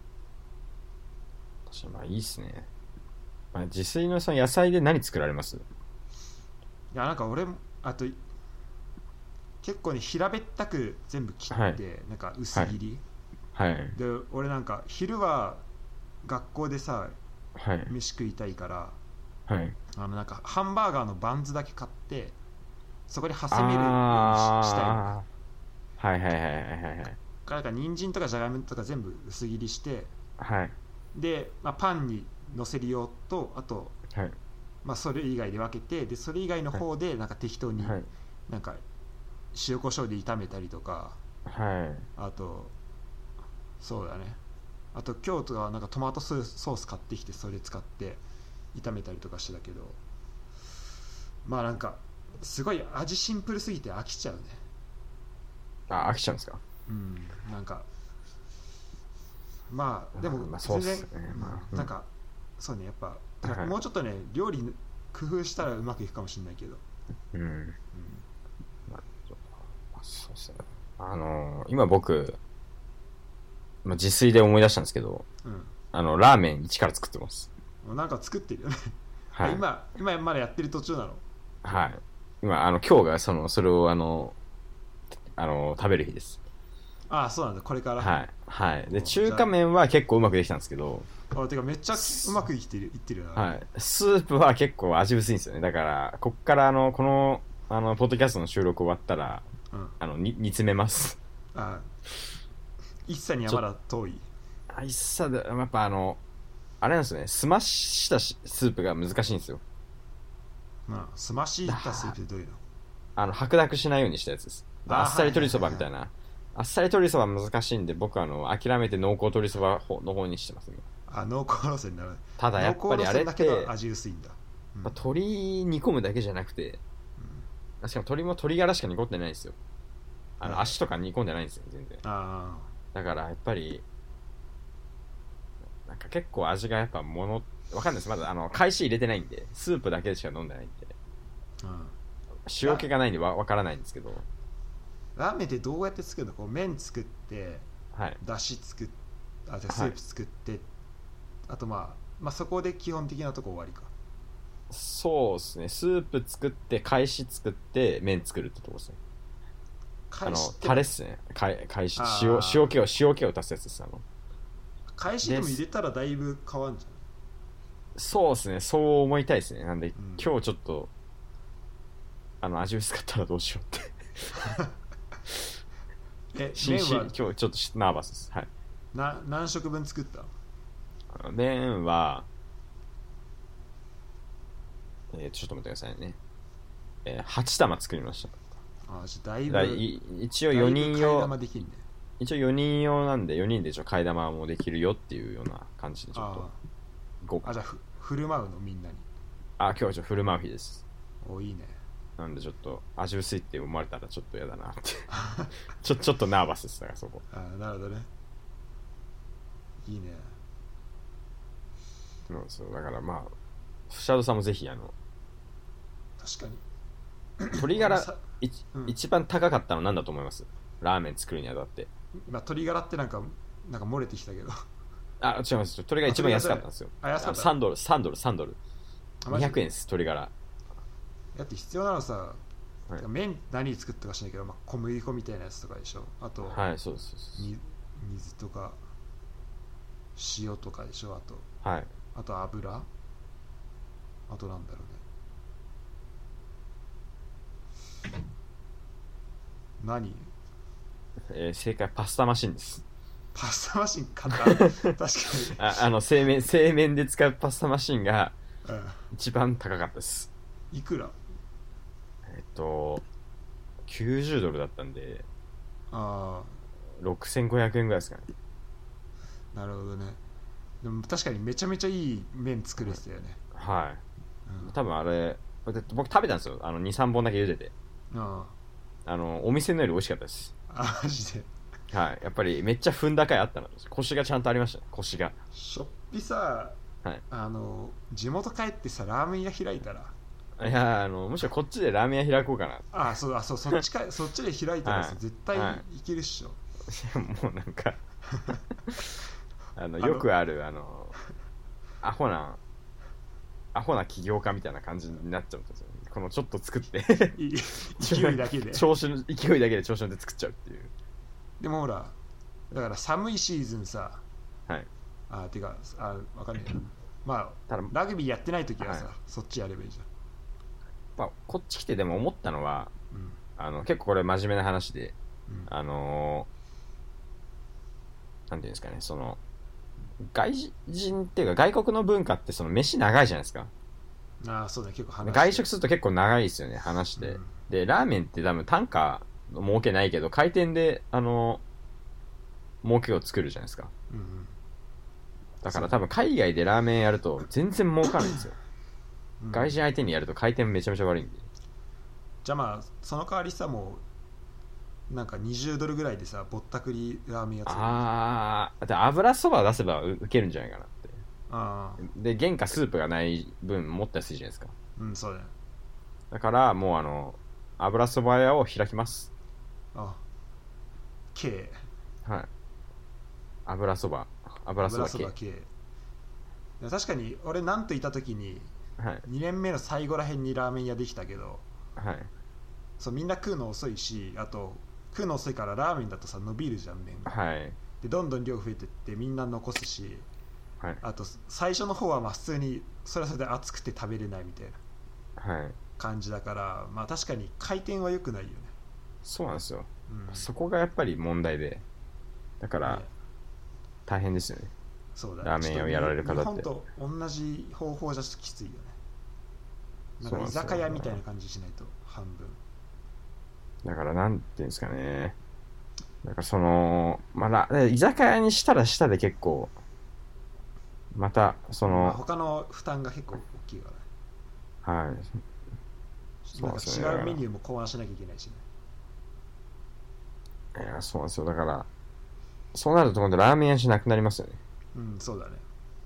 確かにまあいいっすね、まあ、自炊のその野菜で何作られます？いやなんか俺もあと結構ね平べったく全部切って、はい、なんか薄切り、はいはい、で俺なんか昼は学校でさ、はい、飯食いたいから、はい、あのなんかハンバーガーのバンズだけ買ってそこで挟めるようにしたいの。はいはいはいはいはい。からか人参とかじゃがいもとか全部薄切りして、はい、で、まあ、パンにのせる用とあと、はいまあ、それ以外で分けてでそれ以外の方でなんか適当に、はい、なんか塩コショウで炒めたりとか、はい、あとそうだねあと今日とかはなんかトマトソース買ってきてそれ使って炒めたりとかしてたけど、まあなんかすごい味シンプルすぎて飽きちゃうね。 あ飽きちゃうんですか？ うんなんかまあでも全然、まあ、なんかそうねやっぱもうちょっとね料理工夫したらうまくいくかもしれないけど、うん、うん、 まあそうですね。あのー、今僕、まあ、自炊で思い出したんですけど、うん、あのラーメン一から作ってます。 なんか作ってるよね、はい、今今まだやってる途中なの？ はい今あの今日がそのそれをあのあの食べる日です。 ああそうなんだこれから。 はいはいで中華麺は結構うまくできたんですけど、 あてかめっちゃうまくいってるいってるな。 はい、スープは結構味薄いんですよね。だからこっからあのこのあのポッドキャストの収録終わったら、うん、あのに煮詰めます。 あ一茶にはまだ遠い。 あ一茶でやっぱあのあれなんですね、スマッシュしたスープが難しいんですよ。 うん、スマッシュしたスープってどういうの？ あの白濁しないようにしたやつです。あっさり鶏そばみたいな、はいはいはいはい、あっさり鶏そば難しいんで僕はあの諦めて濃厚鶏そばの方にしてますね。 あ濃厚路線になる。 ただやっぱりあれって味薄いんだ、 うんまあ、鶏煮込むだけじゃなくて、うん、しかも鶏も鶏ガラしか煮込んでないんですよ。あの、はい、足とか煮込んでないんですよ全然。あだからやっぱりなんか結構味がやっぱものわかんないです。まだあの返し入れてないんでスープだけしか飲んでないんで、うん、塩気がないんでわ分からないんですけど。 ラーメンってどうやって作るの？こう麺作って、はい、だし作っあじゃスープ作って、はい、あと、まあ、まあそこで基本的なとこ終わりか。 そうですね。スープ作って返し作って麺作るってとこですね。あのタレっすね。返し塩塩気を塩気を足すやつです。あの返しでも入れたらだいぶ変わるんじゃない？ そうですね。そう思いたいですね。なんで、うん、今日ちょっとあの味薄かったらどうしようってえ麺は今日ちょっとナーバスです。はい。 な何食分作った？ 麺は、えー、ちょっと待ってくださいね。えー、はち玉作りました。 あじゃだいぶ一応よにん用、ね、一応よにん用なんでよにんで一応替え玉もできるよっていうような感じでちょっと豪華。あじゃあふ振る舞うのみんなに。 あ今日はちょっと振る舞う日です。 おいいね。 なんでちょっと味薄いって思われたらちょっと嫌だなってちょちょっとナーバスですだからそこ。 あなるほどね。いいね。 そうそうだからまあシャドウさんもぜひあの確かに鶏ガラい、うん、一番高かったのなんだと思います？ラーメン作るにあたって。 まあ鶏ガラってなんかなんか漏れてきたけどあ違います。鶏が一番安かったんですよ。あ安かった。さんドルさんドルさんドルにひゃくえんです鶏ガラ。 だって必要なのさ、はい、麺何作ったかしないけど、まあ、小麦粉みたいなやつとかでしょ。あと、 はい、そうです水とか塩とかでしょ。あと、 はい、 あと油、あとなんだろうね。何？ えー、正解パスタマシンです。 パスタマシン買った確かにああの製麺製麺で使うパスタマシンが一番高かったです。 いくら？ えっときゅうじゅうドルだったんで、あろくせんごひゃくえんぐらいですかね。 なるほどね。でも確かにめちゃめちゃいい麺作れてたよね。 はい、うん、多分あれ僕食べたんですよ。あの にさんぼんだけ茹でて。ああのお店のより美味しかったです。 あマジで。 はい、やっぱりめっちゃ踏んだ回あったの。コシがちゃんとありましたね。コシがしょっぴさ、はい、あの地元帰ってさラーメン屋開いたら。 いやあのむしろこっちでラーメン屋開こうかな。 ああそうあそうそっちかそっちで開いたらさ、はい、絶対いけるっしょ。 はい、もうなんかあのよくあるあのアホなアホな起業家みたいな感じになっちゃうんですよ。このちょっと作って勢いだけで調子の勢いだけで調子乗って作っちゃうっていう。 でもほらだから寒いシーズンさ、 はい、 あてかあ分かんないまあラグビーやってない時はさ、はい、そっちやればいいじゃん。 まあ、こっち来てでも思ったのは、うん、あの結構これ真面目な話で、うん、あのー、なんていうんですかね、その外人っていうか外国の文化ってその飯長いじゃないですか。 ああそうだ結構話して外食すると結構長いですよね話して、うん、でラーメンって多分単価の儲けないけど回転であの儲けを作るじゃないですか、うんうん、だから多分海外でラーメンやると全然儲かるんですようん、外人相手にやると回転めちゃめちゃ悪いんで。 じゃあまあその代わりさもうなんかにじゅうドルぐらいでさぼったくりラーメンやつああだ油そば出せばウケるんじゃないかなって。あで原価スープがない分もっと安いじゃないですか。 うんそうだよ。 だからもうあの油そば屋を開きます。 あ K はい油そば油そば K, K 確かに俺なんといた時にはい、 にねんめの最後らへんにラーメン屋できたけど、 はい、 そうみんな食うの遅いしあと食うの遅いからラーメンだとさ伸びるじゃん麺が、 はい、 でどんどん量増えてってみんな残すし、 はい、 あと最初の方はまあ普通にそれはそれで熱くて食べれないみたいな感じだから、はい、まあ確かに回転は良くないよね。 そうなんですよ、うん、そこがやっぱり問題で、だから大変ですよね、ね、 そうだね、 ラーメン屋をやられる方って。 日本と同じ方法じゃちょっときついよね。なんか居酒屋みたいな感じしないと半分。 だからなんていうんですかね、だからそのまあ居酒屋にしたらしたで結構またその、まあ、 他の負担が結構大きいから、はい、 なんか違うメニューも考案しなきゃいけないしね。 いやそうなんですよ。だからそうなると今度ラーメン屋じゃなくなりますよね。 うん、そうだね。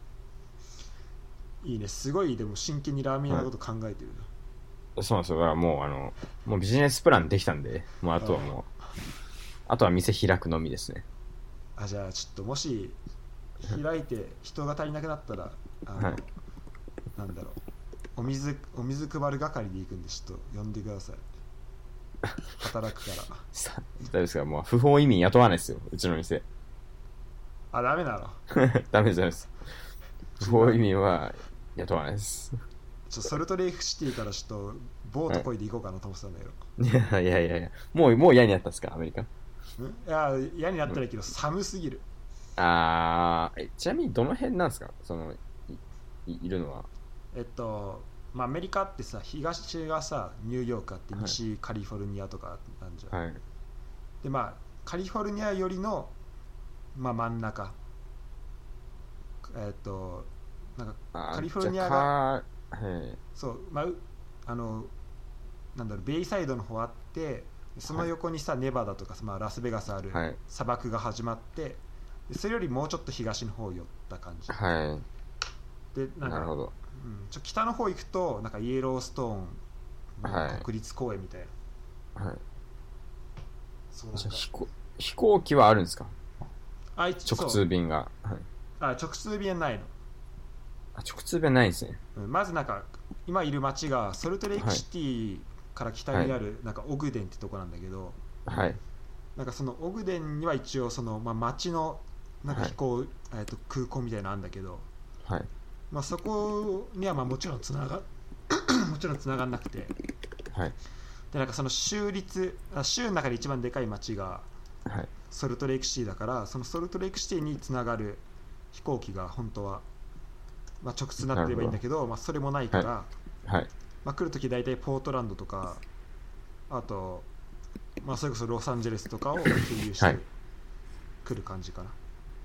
いいね、すごい。でも真剣にラーメン屋のこと考えてるな、 はい、そうなんですよ。だからもうあのもうビジネスプランできたんで、もうあとはもうあとは店開くのみですね。 あ、じゃあちょっともし開いて人が足りなくなったらあの、はい、なんだろう、お水お水配る係で行くんでちょっと呼んでください。働くからさ大丈夫ですか。もう不法移民雇わないですよ、うちの店。 あ、ダメなのダメです、ダメです。不法移民は雇わないです。 ちょソルトレイクシティからちょっとボートこいで行こうかなと思ってたんだけど、はい、いやいやいやいや、もうもう嫌になったんですか、アメリカ。 んいや嫌になったらいいけど、うん、寒すぎる。 あー、えちなみにどの辺なんですか、その い, いるのは。 えっとまあ、アメリカってさ、東がさニューヨークあって西カリフォルニアとかなんじゃん、はい、でまあカリフォルニアよりの、まあ、真ん中、えっとなんかカリフォルニアが、はい、そうまああのなんだろう、ベイサイドの方あって、その横にさ、はい、ネバダとか、まあ、ラスベガスある砂漠が始まって、はい、でそれよりもうちょっと東の方寄った感じ、 はい、 でなんかなるほど、うん、ちょ北の方行くとなんかイエローストーンの国立公園みたいな、はい、 そうなんか飛行、飛行機はあるんですか。あ直通便が、はい、 あ直通便はないの。 あ直通便ないんですね、 うん、まずなんか今いる町がソルトレイクシティから北にあるなんかオグデンってとこなんだけど、はい、なんかそのオグデンには一応その、まあ、町のなんか飛行、はい、えーと空港みたいなのあるんだけど、はい、まあ、そこにはまあもちろんつながもちろんつながんなくて、はい、でなんかその州立州の中で一番でかい町がソルトレイクシティだから、そのソルトレイクシティにつながる飛行機が本当は、まあ、直通になってればいいんだけど、まあ、それもないから、はいはい、まあ、来るとき大体ポートランドとかあと、まあ、それこそロサンゼルスとかを経由して来る感じかな、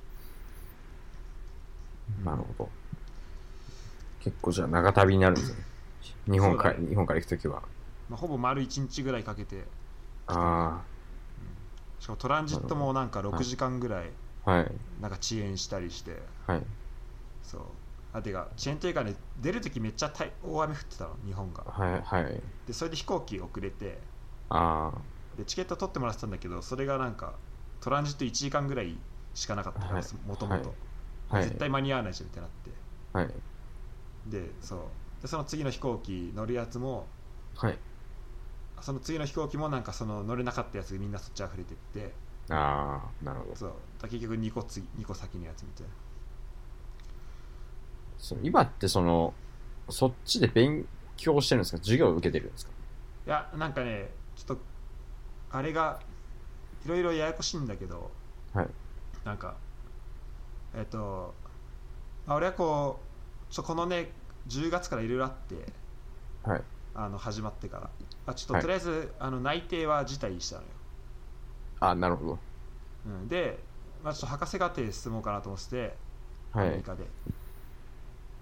はい、なるほど。結構じゃあ長旅になるんですね。日本から、ね、日本から行くときは、 まあ、ほぼ丸いちにちぐらいかけて。 ああ、 うん、しかもトランジットもなんかろくじかんぐらいなんか遅延したりして、はい、そうあてか遅延というかね、出るときめっちゃ大雨降ってたの日本が、はいはい、でそれで飛行機遅れて、あでチケット取ってもらってたんだけど、それがなんかトランジットいちじかんぐらいしかなかったから、もともと絶対間に合わないじゃんってなって、はい、でそうでその次の飛行機乗るやつも、はい、その次の飛行機もなんかその乗れなかったやつがみんなそっち溢れてって、 ああなるほど、 そうだ結局にこ次にこ先のやつみたいな。 その今ってそのそっちで勉強してるんですか、授業を受けてるんですか。 いやなんかねちょっとあれがいろいろややこしいんだけど、はい、なんかえっと俺はこうちょこのねじゅうがつからいろいろあって、はい、あの始まってからあちょっととりあえず、はい、あの内定は辞退したのよ。 あなるほど、 うん、で、まあ、ちょっと博士課程進もうかなと思ってて、アメリカで、はい、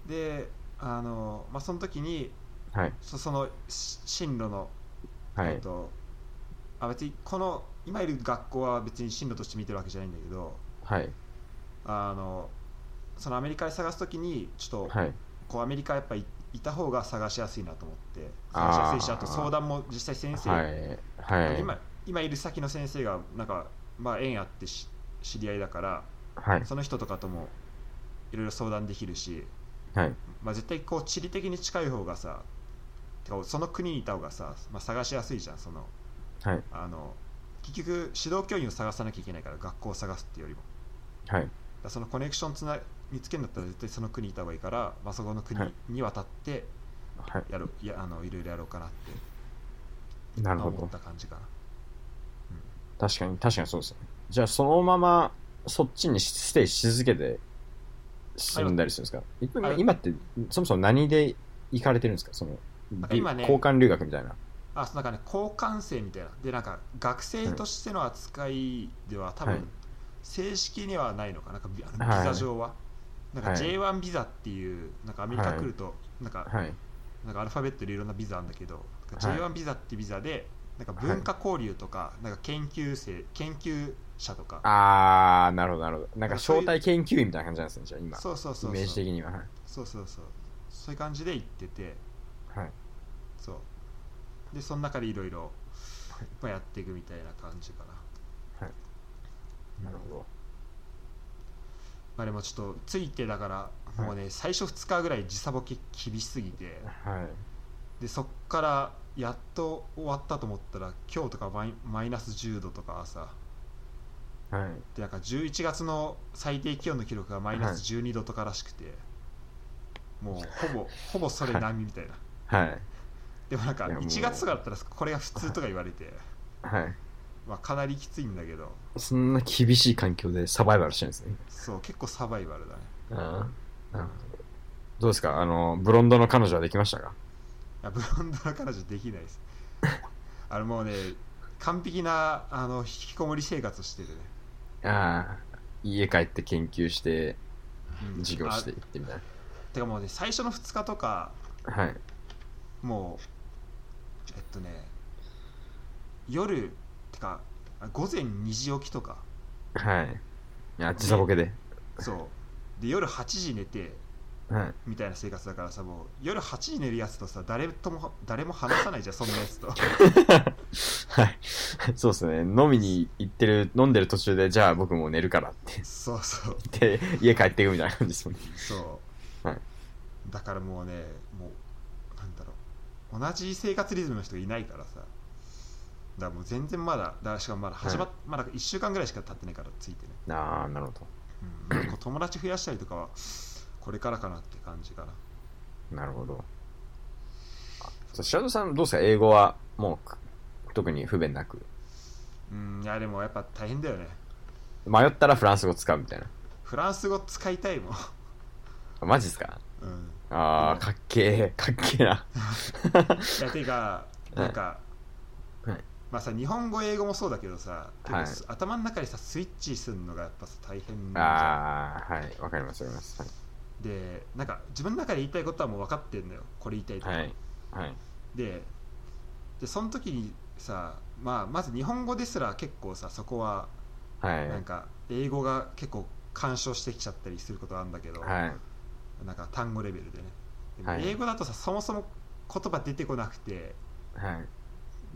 であの、まあ、その時に、はい、そ, その進路の、はいえっと、あ別にこの今いる学校は別に進路として見てるわけじゃないんだけど、はい、あのそのアメリカで探す時にちょっと、はい、こうアメリカやっぱりいた方が探しやすいなと思って探しやすいし、あと相談も実際先生、はいはい、今, 今いる先の先生がなんか、まあ、縁あってし知り合いだから、はい、その人とかともいろいろ相談できるし、はいまあ、絶対こう地理的に近い方がさてかその国にいた方がさ、まあ、探しやすいじゃん。その、はい、あの結局指導教員を探さなきゃいけないから学校を探すっていうよりも、 はい、 だそのコネクションつな見つけるんだったら絶対その国にいた方がいいから、まあ、そこの国に渡ってやる、はい、いやあのいろいろやろうかなってなるほど思った感じかな、 うん、確かに確かにそうですね。じゃあそのままそっちにステイし続けて進んだりするんですか？今, 今ってそもそも何で行かれてるんですか？その今、ね、交換留学みたいな。 あ、なんかね、交換生みたいなで、なんか学生としての扱いでは、はい、多分正式にはないのかな、なんかビザ上は、はい、なんか ジェイワン ビザっていうなんかアメリカ来ると、はい、なんか、はい、なんかアルファベットでいろんなビザあるんだけど、はい、ジェイワン ビザってビザでなんか文化交流とか、はい、なんか研究生研究者とか、 ああなるほどなるほど、なんか招待研究員みたいな感じなんですね。じゃあ今そうそうそうそう、 イメージ的には、はい、 そうそうそう、そういう感じで行ってて、 はい、 そうでその中でいろいろやっていくみたいな感じかな。 はい、なるほど。 まあでもちょっとついてだからもうね、はい、最初ふつかぐらい時差ボケ厳しすぎて、 はい、 でそっからやっと終わったと思ったら今日とかマイ、マイナスじゅうどとかさ、 はい、 でなんかじゅういちがつの最低気温の記録がマイナスじゅうにどとからしくて、はい、もうほぼほぼそれ並みみたいな、 はい、 でもなんかいちがつとかだったらこれが普通とか言われて、 はい、 まあ、かなりきついんだけど、 そんな厳しい環境でサバイバルしてるんですね。 そう結構サバイバルだね。 ああ、なるほど。どうですか、あのブロンドの彼女はできましたか？ いやブロンドの彼女できないですあのもうね完璧なあの引きこもり生活をしてるね。 ああ、家帰って研究して授業していってみたいな、うん、 てかもうね最初のふつかとか、 はい、 もうえっとね夜てか午前にじ起きとか、 はい、いや時差ボケで、 そうで夜はちじ寝て、はい、みたいな生活だからさ、もう夜はちじ寝るやつとさ誰とも誰も話さないじゃんそんなやつとはいそうですね。飲みに行ってる飲んでる途中でじゃあ僕もう寝るからってそうそうで家帰っていくみたいな感じですもんね。 そう、はい、だからもうねもうなんだろう同じ生活リズムの人がいないからさ、だからもう全然まだ、だからしかもまだ始まっ、はい、まだいっしゅうかんぐらいしか経ってないからついてね。 ああなるほど、 うん、友達増やしたりとかはこれからかなって感じかな。 なるほど。白戸さんどうですか、英語はもう特に不便なく？ うん、いやでもやっぱ大変だよね。 迷ったらフランス語使うみたいな。 フランス語使いたいもんマジっすか？ うん、 ああかっけえかっけえないやてかなんか、はい、まあさ日本語英語もそうだけどさ、はい、頭の中でさスイッチするのがやっぱさ大変じゃん。 ああはいわかりますわかります、はい、 でなんか自分の中で言いたいことはもう分かってんのよ、これ言いたいとか、 はいはい、 ででその時にさ、まあ、まず日本語ですら結構さそこはなんか英語が結構干渉してきちゃったりすることがあるんだけど、 はい、 なんか単語レベルでね。でも英語だとさそもそも言葉出てこなくて、はい、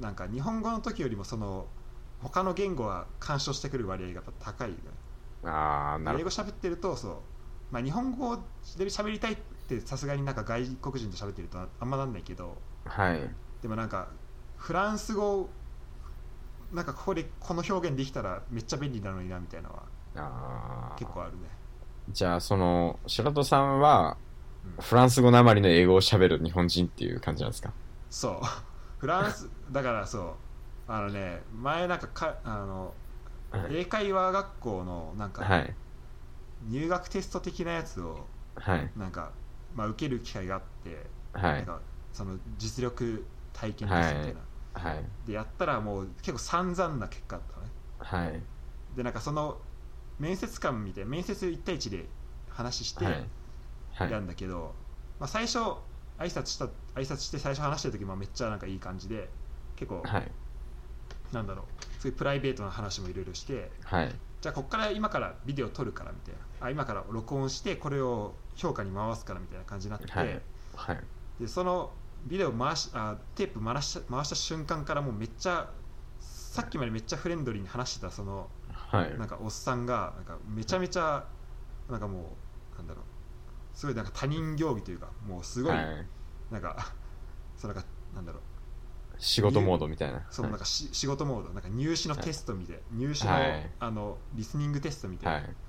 なんか日本語の時よりもその他の言語が干渉してくる割合がやっぱ高いよね。 あーなるほど。 英語喋ってるとそう、まあ、日本語で喋りたいってさすがになんか外国人と喋ってるとあんまなんないけど、 はい、 でもなんかフランス語なんかここでこの表現できたらめっちゃ便利なのになみたいなのはあ結構あるね。 じゃあその白戸さんはフランス語なまりの英語を喋る日本人っていう感じなんですか？ そうフランスだからそうあのね前なんかかあの、はい、英会話学校のなんか、はい、入学テスト的なやつを、はい、なんか、まあ、受ける機会があって、はい、なんかその実力体験テストみたいな、はいはい、でやったらもう結構散々な結果だったね、はい、でなんかその面接官みたいな面接いち対いちで話してやるんだけど、はいはい、まあ、最初挨拶した挨拶して最初話してる時もめっちゃなんかいい感じで結構、はい、なんだろうそういうプライベートな話もいろいろして、はい、じゃあここから今からビデオ撮るからみたいな、あ今から録音してこれを評価に回すからみたいな感じになって、はいはい、でそのビデオ回しあテープ回した回した瞬間からもうめっちゃさっきまでめっちゃフレンドリーに話してたその、はい、なんかおっさんがなんかめちゃめちゃなんかもうなんだろうすごいなんか他人行儀というかもうすごい、はい、なんかそうなんかなんだろう仕事モードみたいな、 そうなんかし、はい、仕事モードなんか入試のテストみたいな、はい、入試の、はい、あのリスニングテストみたいな、はい、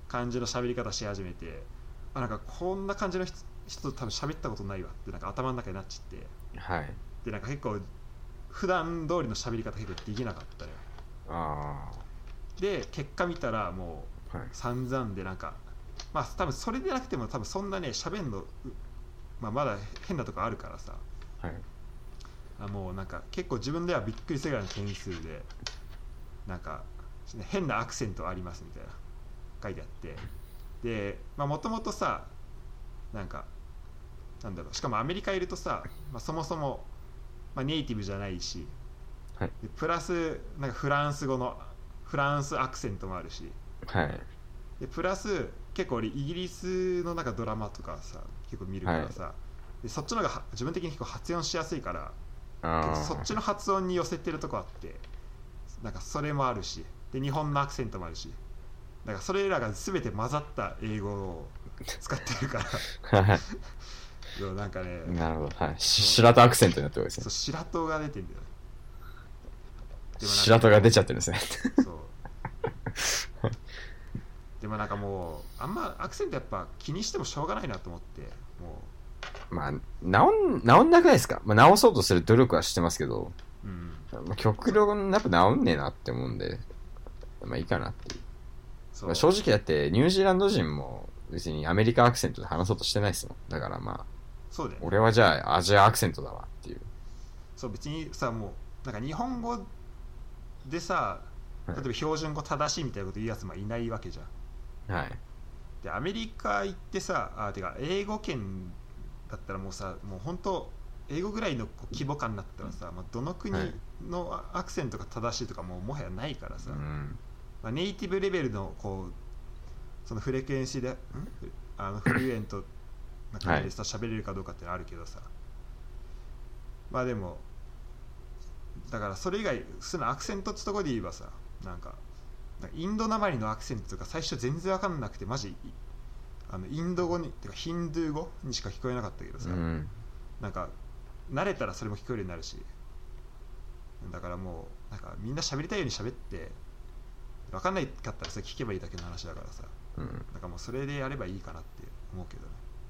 感じの喋り方し始めて、あなんかこんな感じの 人, 人と多分喋ったことないわってなんか頭の中になっちゃって、 はい、でなんか結構普段通りの喋り方結構できなかったのよ。 あで結果見たらもう散々でなんか、はい、まあ多分それでなくても多分そんなね喋んの、まあ、まだ変なとこあるからさ、 はい、 あもうなんか結構自分ではびっくりするぐらいの点数でなんか変なアクセントありますみたいな書いてあって、でもともとさなんかなんだろう、しかもアメリカいるとさ、まあ、そもそも、まあ、ネイティブじゃないし、 はい、 でプラスなんかフランス語のフランスアクセントもあるし、 はい、 でプラス結構俺イギリスのなんかドラマとかさ結構見るからさ、はい、でそっちの方が自分的に結構発音しやすいからそっちの発音に寄せてるとこあって、なんかそれもあるし、で日本のアクセントもあるし、なんかそれらが全て混ざった英語を使ってるからなんかね、 なるほど、はい、白戸アクセントになってるわけですね。 そう白戸が出てるんだよ。 でも白戸が出ちゃってるんですねそうでもなんかもうあんまアクセントやっぱ気にしてもしょうがないなと思って、もうまあ直ん直んなくないですか、まあ、直そうとする努力はしてますけど、うんまあ、極論やっぱ直んねえなって思うんで、まあいいかなっていう。そう、まあ、正直だってニュージーランド人も別にアメリカアクセントで話そうとしてないですもん。だからまあそうだよね、 俺はじゃあアジアアクセントだわっていう。 そう別にさもうなんか日本語でさ例えば標準語正しいみたいなこと言うやつもいないわけじゃん。 はい。 でアメリカ行ってさあてか英語圏だったらもうさもう本当英語ぐらいの規模感になったらさ、まあ、どの国のアクセントが正しいとかもうもはやないからさ、うんまあ、ネイティブレベルのこうそのフレクエンシーでんあのフルエントな感じでさ喋れるかどうかってのあるけどさ、まあでもだからそれ以外そのアクセントってとこで言えばさなんかインドなまりのアクセントとか最初全然分かんなくてマジあのインド語にてかヒンドゥー語にしか聞こえなかったけどさ、うん、なんか慣れたらそれも聞こえるようになるし、だからもうなんかみんな喋りたいように喋って分かんないかったらそれ聞けばいいだけの話だからさ、うん、なんかもうそれでやればいいかなって思うけどね、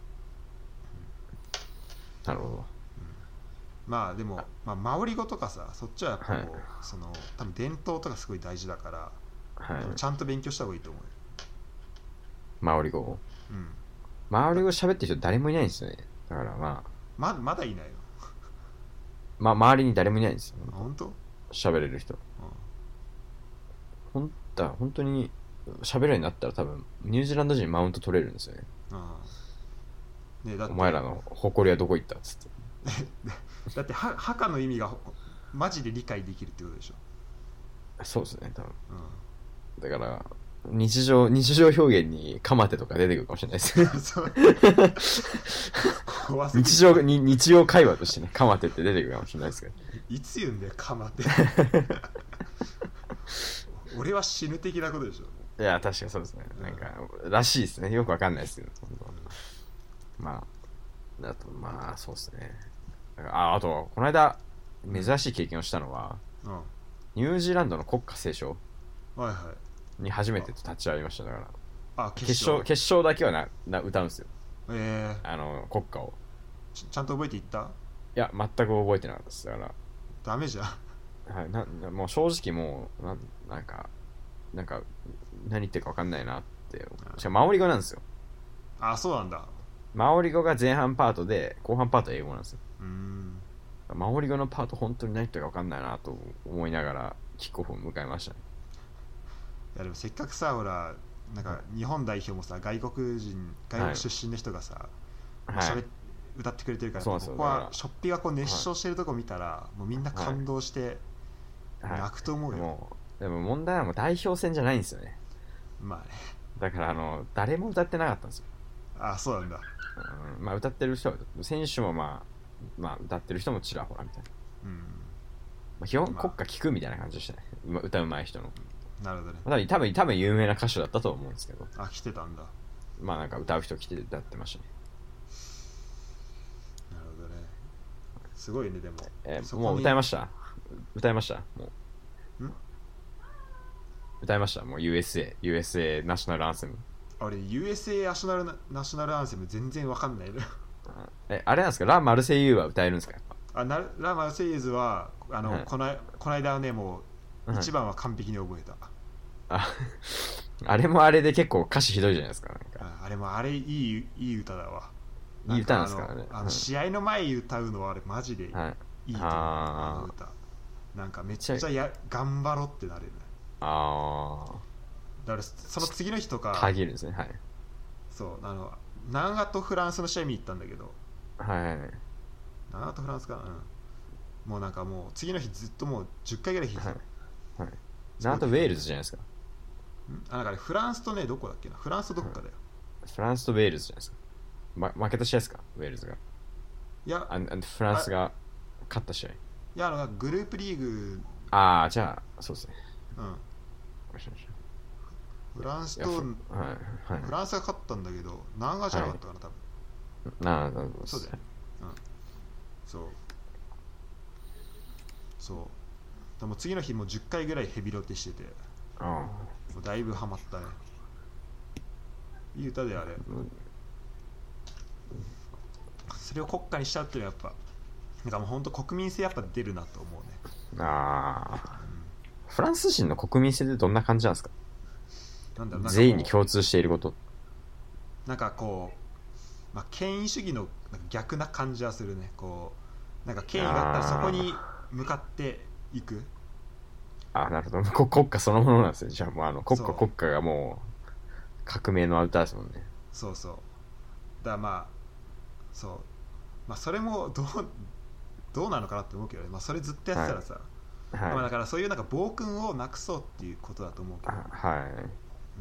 うん、なるほど。 まあでも、まあ、マオリ語とかさそっちはやっぱこう、はい、その多分伝統とかすごい大事だから、はい、ちゃんと勉強した方がいいと思うよ。 マオリ語、 うん、 マオリ語喋ってる人誰もいないんですよね。だからまあま, まだいないのま周りに誰もいないんですよ。 本当喋れる人、うん、ほんだ本当に喋るようになったら多分ニュージーランド人マウント取れるんですよね。ああねだってお前らの誇りはどこ行ったっつってだっては墓の意味がマジで理解できるってことでしょ。 そうですね多分、うん、だから日常日常表現にカマテとか出てくるかもしれないです日常に日常会話としてねカマテって出てくるかもしれないですけど、 いつ言うんだよカマテ俺は死ぬ的なことでしょ。 いや確かにそうですね、なんからしいですね、よくわかんないですけど、うん、まあだとまあそうですね。あ, あとこの間珍しい経験をしたのは、うん、ニュージーランドの国歌斉唱に初めて立ち会いました。だからあ決勝決勝だけはなな歌うんですよ、えー、あの国歌をち, ちゃんと覚えていった？いや全く覚えてなかったです。だからダメじゃん、 はい、なもう正直もう な, なんかなんか何言ってるか分かんないなって。しかもマオリ語なんですよ。 あそうなんだ。 マオリ語が前半パートで後半パートは英語なんですよ。うーんマオリ語のパート本当に何言ってるか分かんないなと思いながらキックオフを迎えましたね。 いやでもせっかくさほらなんか日本代表もさ外国人外国出身の人がさ、はい、歌ってくれてるから、はい、ここはショッピがこう熱唱してるとこ見たら、はい、もうみんな感動して泣くと思うよ、はいはい、もうでも問題はもう代表戦じゃないんですよね。 まあねだからあの誰も歌ってなかったんですよ。 あそうなんだ、 うん、まあ歌ってる人は選手もまあまあ歌ってる人もちらほらみたいな、うんまあ、基本国歌聴くみたいな感じでしたね、まあ、歌うまい人の。 なるほどね。 多分多分多分有名な歌手だったと思うんですけど。 あ来てたんだ。 まあなんか歌う人来て歌ってましたね。 なるほどね。すごいねでも。 えー、もう歌いました。歌いました。もう。ん？歌いました。もう ユーエスエー ユーエスエー ナショナルアンセム。 あれ ユーエスエー ナショナルナショナルアンセム全然わかんないのえあれなんですか、ラ・マルセイユは歌えるんですか？やっぱあなラ・マルセイユズはあの、はい、このこの間ねもう一番は完璧に覚えた、 はい、ああれもあれで結構歌詞ひどいじゃないですか。なんかあ, あれもあれいいいい歌だわ。 いい歌なんですか？あれあの試合の前に歌うのはあれマジでいいと思う、はい、あの歌なんかめっちゃや頑張ろってなれる。 ああだからその次の日とかたぎるんですね。はい。 そうあの南アとフランスの試合見に行ったんだけど、 はい。 南アとフランスかな、うん、もうなんかもう次の日ずっともうじゅっかいぐらい弾いてた、はいはい、南アとウェールズじゃないですか。んあなんか、ね、フランスとねどこだっけな、フランスとどこかだよ、 はい、フランスとウェールズじゃないですか。ま、負けた試合ですか、ウェールズが。 いやあフランスが勝った試合。いやあのグループリーグ。 ああじゃあそうですね。 うんフランスと、はいはい、フランスが勝ったんだけど南アじゃなかったかな、はい、多分なあなるほどそうだよ、うん、そうそうでも次の日もじゅっかいぐらいヘビロテしてて、 あもうだいぶハマったね。いい歌であれ、うん、それを国家にしちゃうっていうのはやっぱなんかもう本当国民性やっぱ出るなと思うね。 ああ、うん、フランス人の国民性ってどんな感じなんですか？ なんだろう、 全員に共通していること。 なんかこう、まあ、権威主義のなんか逆な感じはするね。こうなんか権威があったらそこに向かっていく。 ああなるほど、国家そのものなんですね。じゃあもうあの国家国家がもう革命のアウターですもんね。 そうそう。だからまあそう、まあ、それもどうどうなのかなって思うけど、ね、まあ、それずっとやってたらさ、はいはい、まあ、だからそういうなんか暴君をなくそうっていうことだと思うけど、 はい、 うん、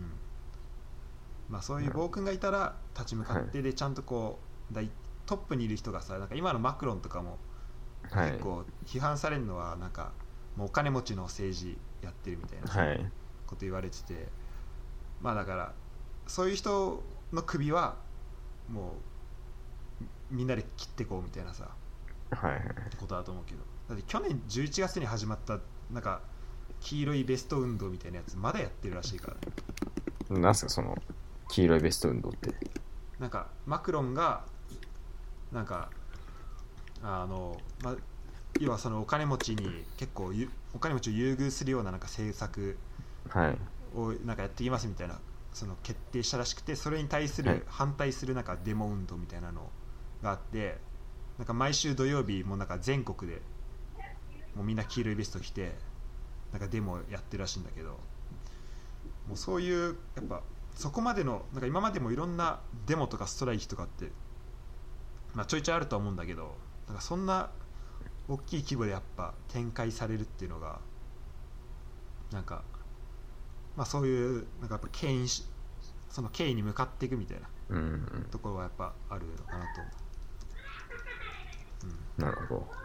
まあ、そういう暴君がいたら立ち向かって、はい、でちゃんとこうだいトップにいる人がさ、なんか今のマクロンとかも結構批判されるのはなんかもうお金持ちの政治やってるみたいなこと言われてて、はい、まあだからそういう人の首はもうみんなで切ってこうみたいなさ、 はい、 ことだと思うけど、だって去年じゅういちがつに始まったなんか黄色いベスト運動みたいなやつまだやってるらしいからね。 なんすかその黄色いベスト運動って。 なんかマクロンがなんかあの、ま、要はそのお金持ちに結構お金持ちを優遇するようななんか政策をなんかやっていきますみたいな、その決定したらしくて、それに対する反対するなんかデモ運動みたいなのがあって、なんか毎週土曜日もなんか全国でもうみんな黄色いベスト着てなんかデモやってるらしいんだけど、もうそういうやっぱそこまでのなんか今までもいろんなデモとかストライキとかって、まあ、ちょいちょいあるとは思うんだけど、なんかそんな大きい規模でやっぱ展開されるっていうのがなんか、まあ、そういうなんかやっぱ権威その権威に向かっていくみたいなところはやっぱあるのかなと思う。 うん、なるほど。こ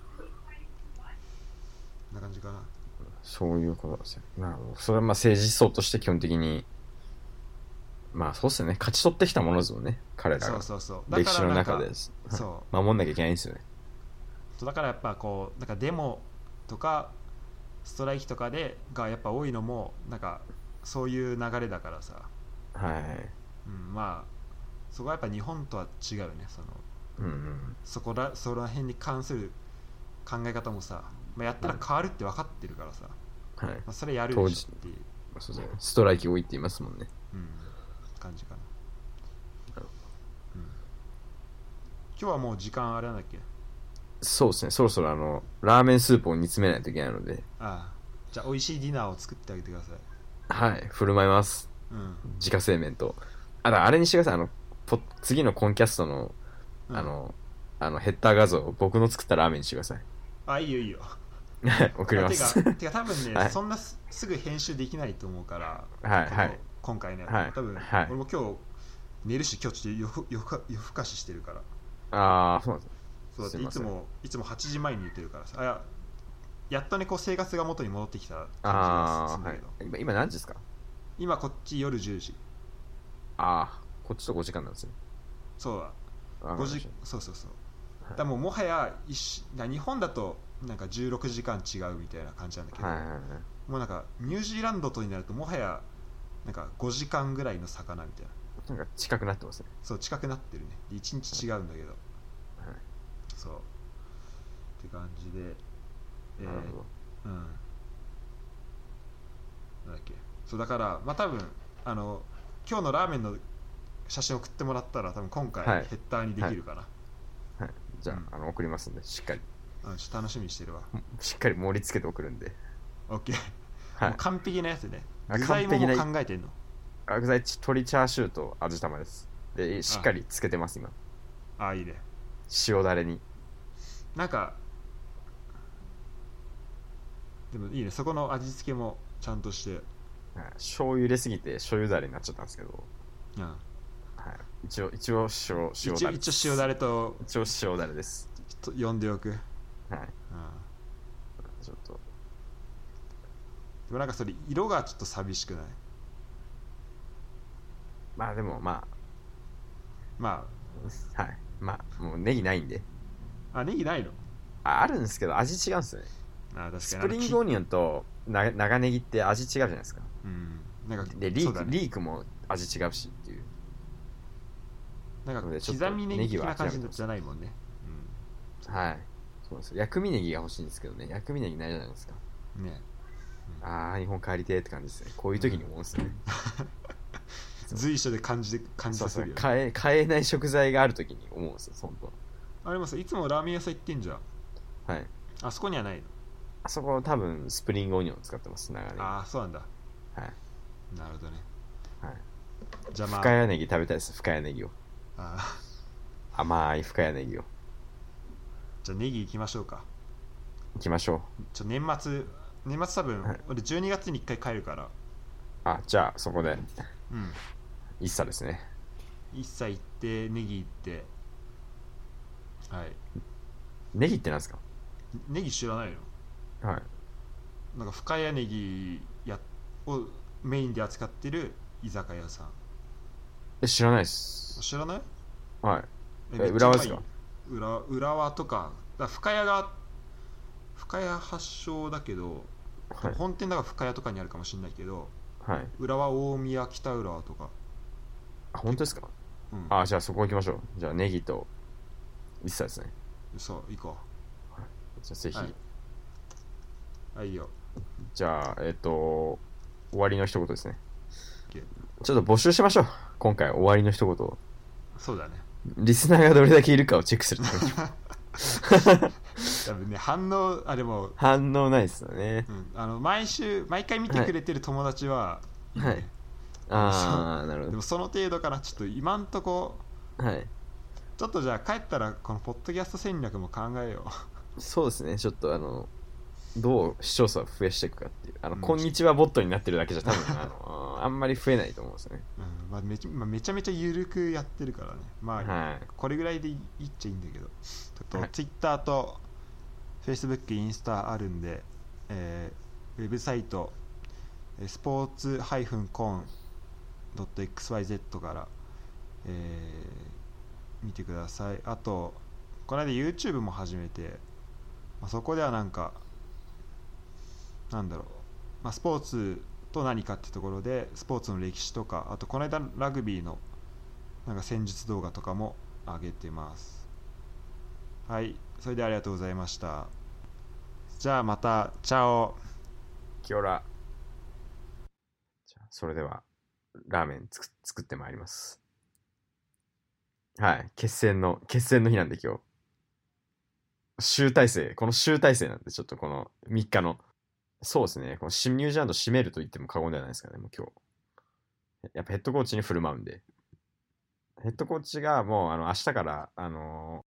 んな感じかな。 そういうことですよ。なるほど。それはまあ政治思想として基本的にまあそうっすよね。勝ち取ってきたものですもんね。彼らが。 そうそうそう。 歴史の中でそう、守んなきゃいけないんですよね。 だからやっぱこうなんかデモとかストライキとかでがやっぱ多いのもなんかそういう流れだからさ。 はい。 うん、まあそこはやっぱ日本とは違うね。その、 うんうん、 そこらその辺に関する考え方もさ、まあ、やったら変わるって分かってるからさ。 はい。まあ、それやるでしょっていう。 そうそう、ストライキ多いって言いますもんね。 うん。感じかな。うん、今日はもう時間あれなんだっけ？ そうですね、そろそろあのラーメンスープを煮詰めないといけないので、 ああ、じゃあ美味しいディナーを作ってあげてください。 はい、振る舞います、うん、自家製麺と、あだあれにしてください、あのポ次のコンキャストのあの、うん、あのヘッダー画像僕の作ったラーメンにしてください。 あ、いいよいいよ送ります。 てか、てか多分ね、はい、そんな す, すぐ編集できないと思うから、 はいはい、 今回ね、 はい、 多分、はい、俺も今日寝るし、今日ちょっと夜夜更夜更かししてるから。 ああ、そうなんです。 そうだっていつもいつもはちじまえに寝てるからさ、あややっとねこう生活が元に戻ってきた感じがするんだけど。 あ、はい、今今何時ですか？ 今こっち夜じゅうじ。 ああ、こっちとごじかんなんですね。 そうだ。ごじ、そうそうそう。はい、だもうもはや一日本だとなんかじゅうろくじかん違うみたいな感じなんだけど、はいはいはい、もうなんかニュージーランドとになるともはやなんかごじかんぐらいの魚みたいな。なんか近くなってますね。 そう近くなってるね。いちにち違うんだけど、はい、そうって感じで、えー、なるほど。うんなんだっけそうだからまあ多分あの今日のラーメンの写真送ってもらったら多分今回ヘッダーにできるかな。 はいはい、じゃあ、うん、あの送りますんでしっかり、 うん、ちょっと楽しみにしてるわ。 しっかり盛り付けて送るんで。 OK、はい、もう完璧なやつね。具材ももう考えてんの？ あ、具材鶏チャーシューと味玉です。でしっかりつけてます今。 ああいいね。 塩だれになんかでもいいね、そこの味付けもちゃんとして、はい、 醤油入れすぎて醤油だれになっちゃったんですけど、うんはい、一応一応塩塩だれ一応塩だれと一応塩だれですと呼んでおく。はい、うん、 ちょっとでもなんかそれ色がちょっと寂しくない？ まあでもまあまあはいまあもうネギないんで。 あネギないの？ ああるんですけど味違うんですよね。あ確かにスプリングオニオンとな長ネギって味違うじゃないですか。うんなんかでリーク、ね、リークも味違うしっていう。 なんか刻みネギ的な感じじゃないもんね。 うん、はいそうです。薬味ネギが欲しいんですけどね。薬味ネギないじゃないですかね。うん、ああ日本帰りてーって感じですね。こういう時に思うんですよね。 うん、随所で感じで感じさせるよ、ね、そうそう買え買えない食材がある時に思うんですよ本当。 あれもさいつもラーメン屋さん行ってんじゃん。 はいあそこにはないの？ あそこ多分スプリングオニオン使ってます長ネギ。 ああそうなんだ。 はいなるほどね。 はいじゃあまあ深谷ネギ食べたいです。深谷ネギを。ああ甘い深谷ネギを。 じゃあネギ行きましょうか。 行きましょう。 ちょ年末年末多分、はい、俺じゅうにがつにいっかい帰るから。 あじゃあそこでうん一茶ですね。 一茶行ってネギ行ってはいネギってなんですか？ ネギ知らないの？はいなんか深谷ネギやをメインで扱ってる居酒屋さん。 え知らないっす。 知らない？ はいえ浦和ですか？ 浦浦和とかだ深谷が深谷発祥だけど、はい、本店だから深谷とかにあるかもしれないけど、はい、浦和大宮北浦和とか。 あ本当ですか？うん、あじゃあそこ行きましょう。じゃあネギと一茶ですね。 そう行こう、はい、じゃあぜひ。 はい、はい、いいよ。 じゃあえっ、ー、と終わりの一言ですね。ちょっと募集しましょう今回終わりの一言を。 そうだね。 リスナーがどれだけいるかをチェックする多分ね反応あでも反応ないですよね、 うん、あの毎週毎回見てくれてる友達はいいね、はい、 ああなるほど。 でもその程度からちょっと今んとこはいちょっとじゃあ帰ったらこのポッドキャスト戦略も考えよう。そうですねちょっとあのどう視聴者を増やしていくかっていうあの、うん、こんにちはボットになってるだけじゃ多分あのあんまり増えないと思うんですよね、 うんまあ、めちゃまあ、めちゃめちゃ緩くやってるからねまあ、はい、これぐらいでいいっちゃいいんだけどちょっと、はい、Twitter と Facebook インスタあるんで、えー、ウェブサイトスポーツ コンドットエックスワイゼット から、えー、見てください。あとこの間 YouTube も始めて、まあ、そこではなんかなんだろう、まあ、スポーツと何かってところでスポーツの歴史とかあとこの間ラグビーのなんか戦術動画とかも上げてます。はい、それではありがとうございました。じゃあまたチャオキオラ。じゃあそれではラーメンつく作ってまいります。はい決戦の決戦の日なんで今日集大成この集大成なんでちょっとこのみっかのそうですねこのニュージーランド締めると言っても過言ではないですからね。もう今日やっぱヘッドコーチに振る舞うんでヘッドコーチがもうあの明日からあのー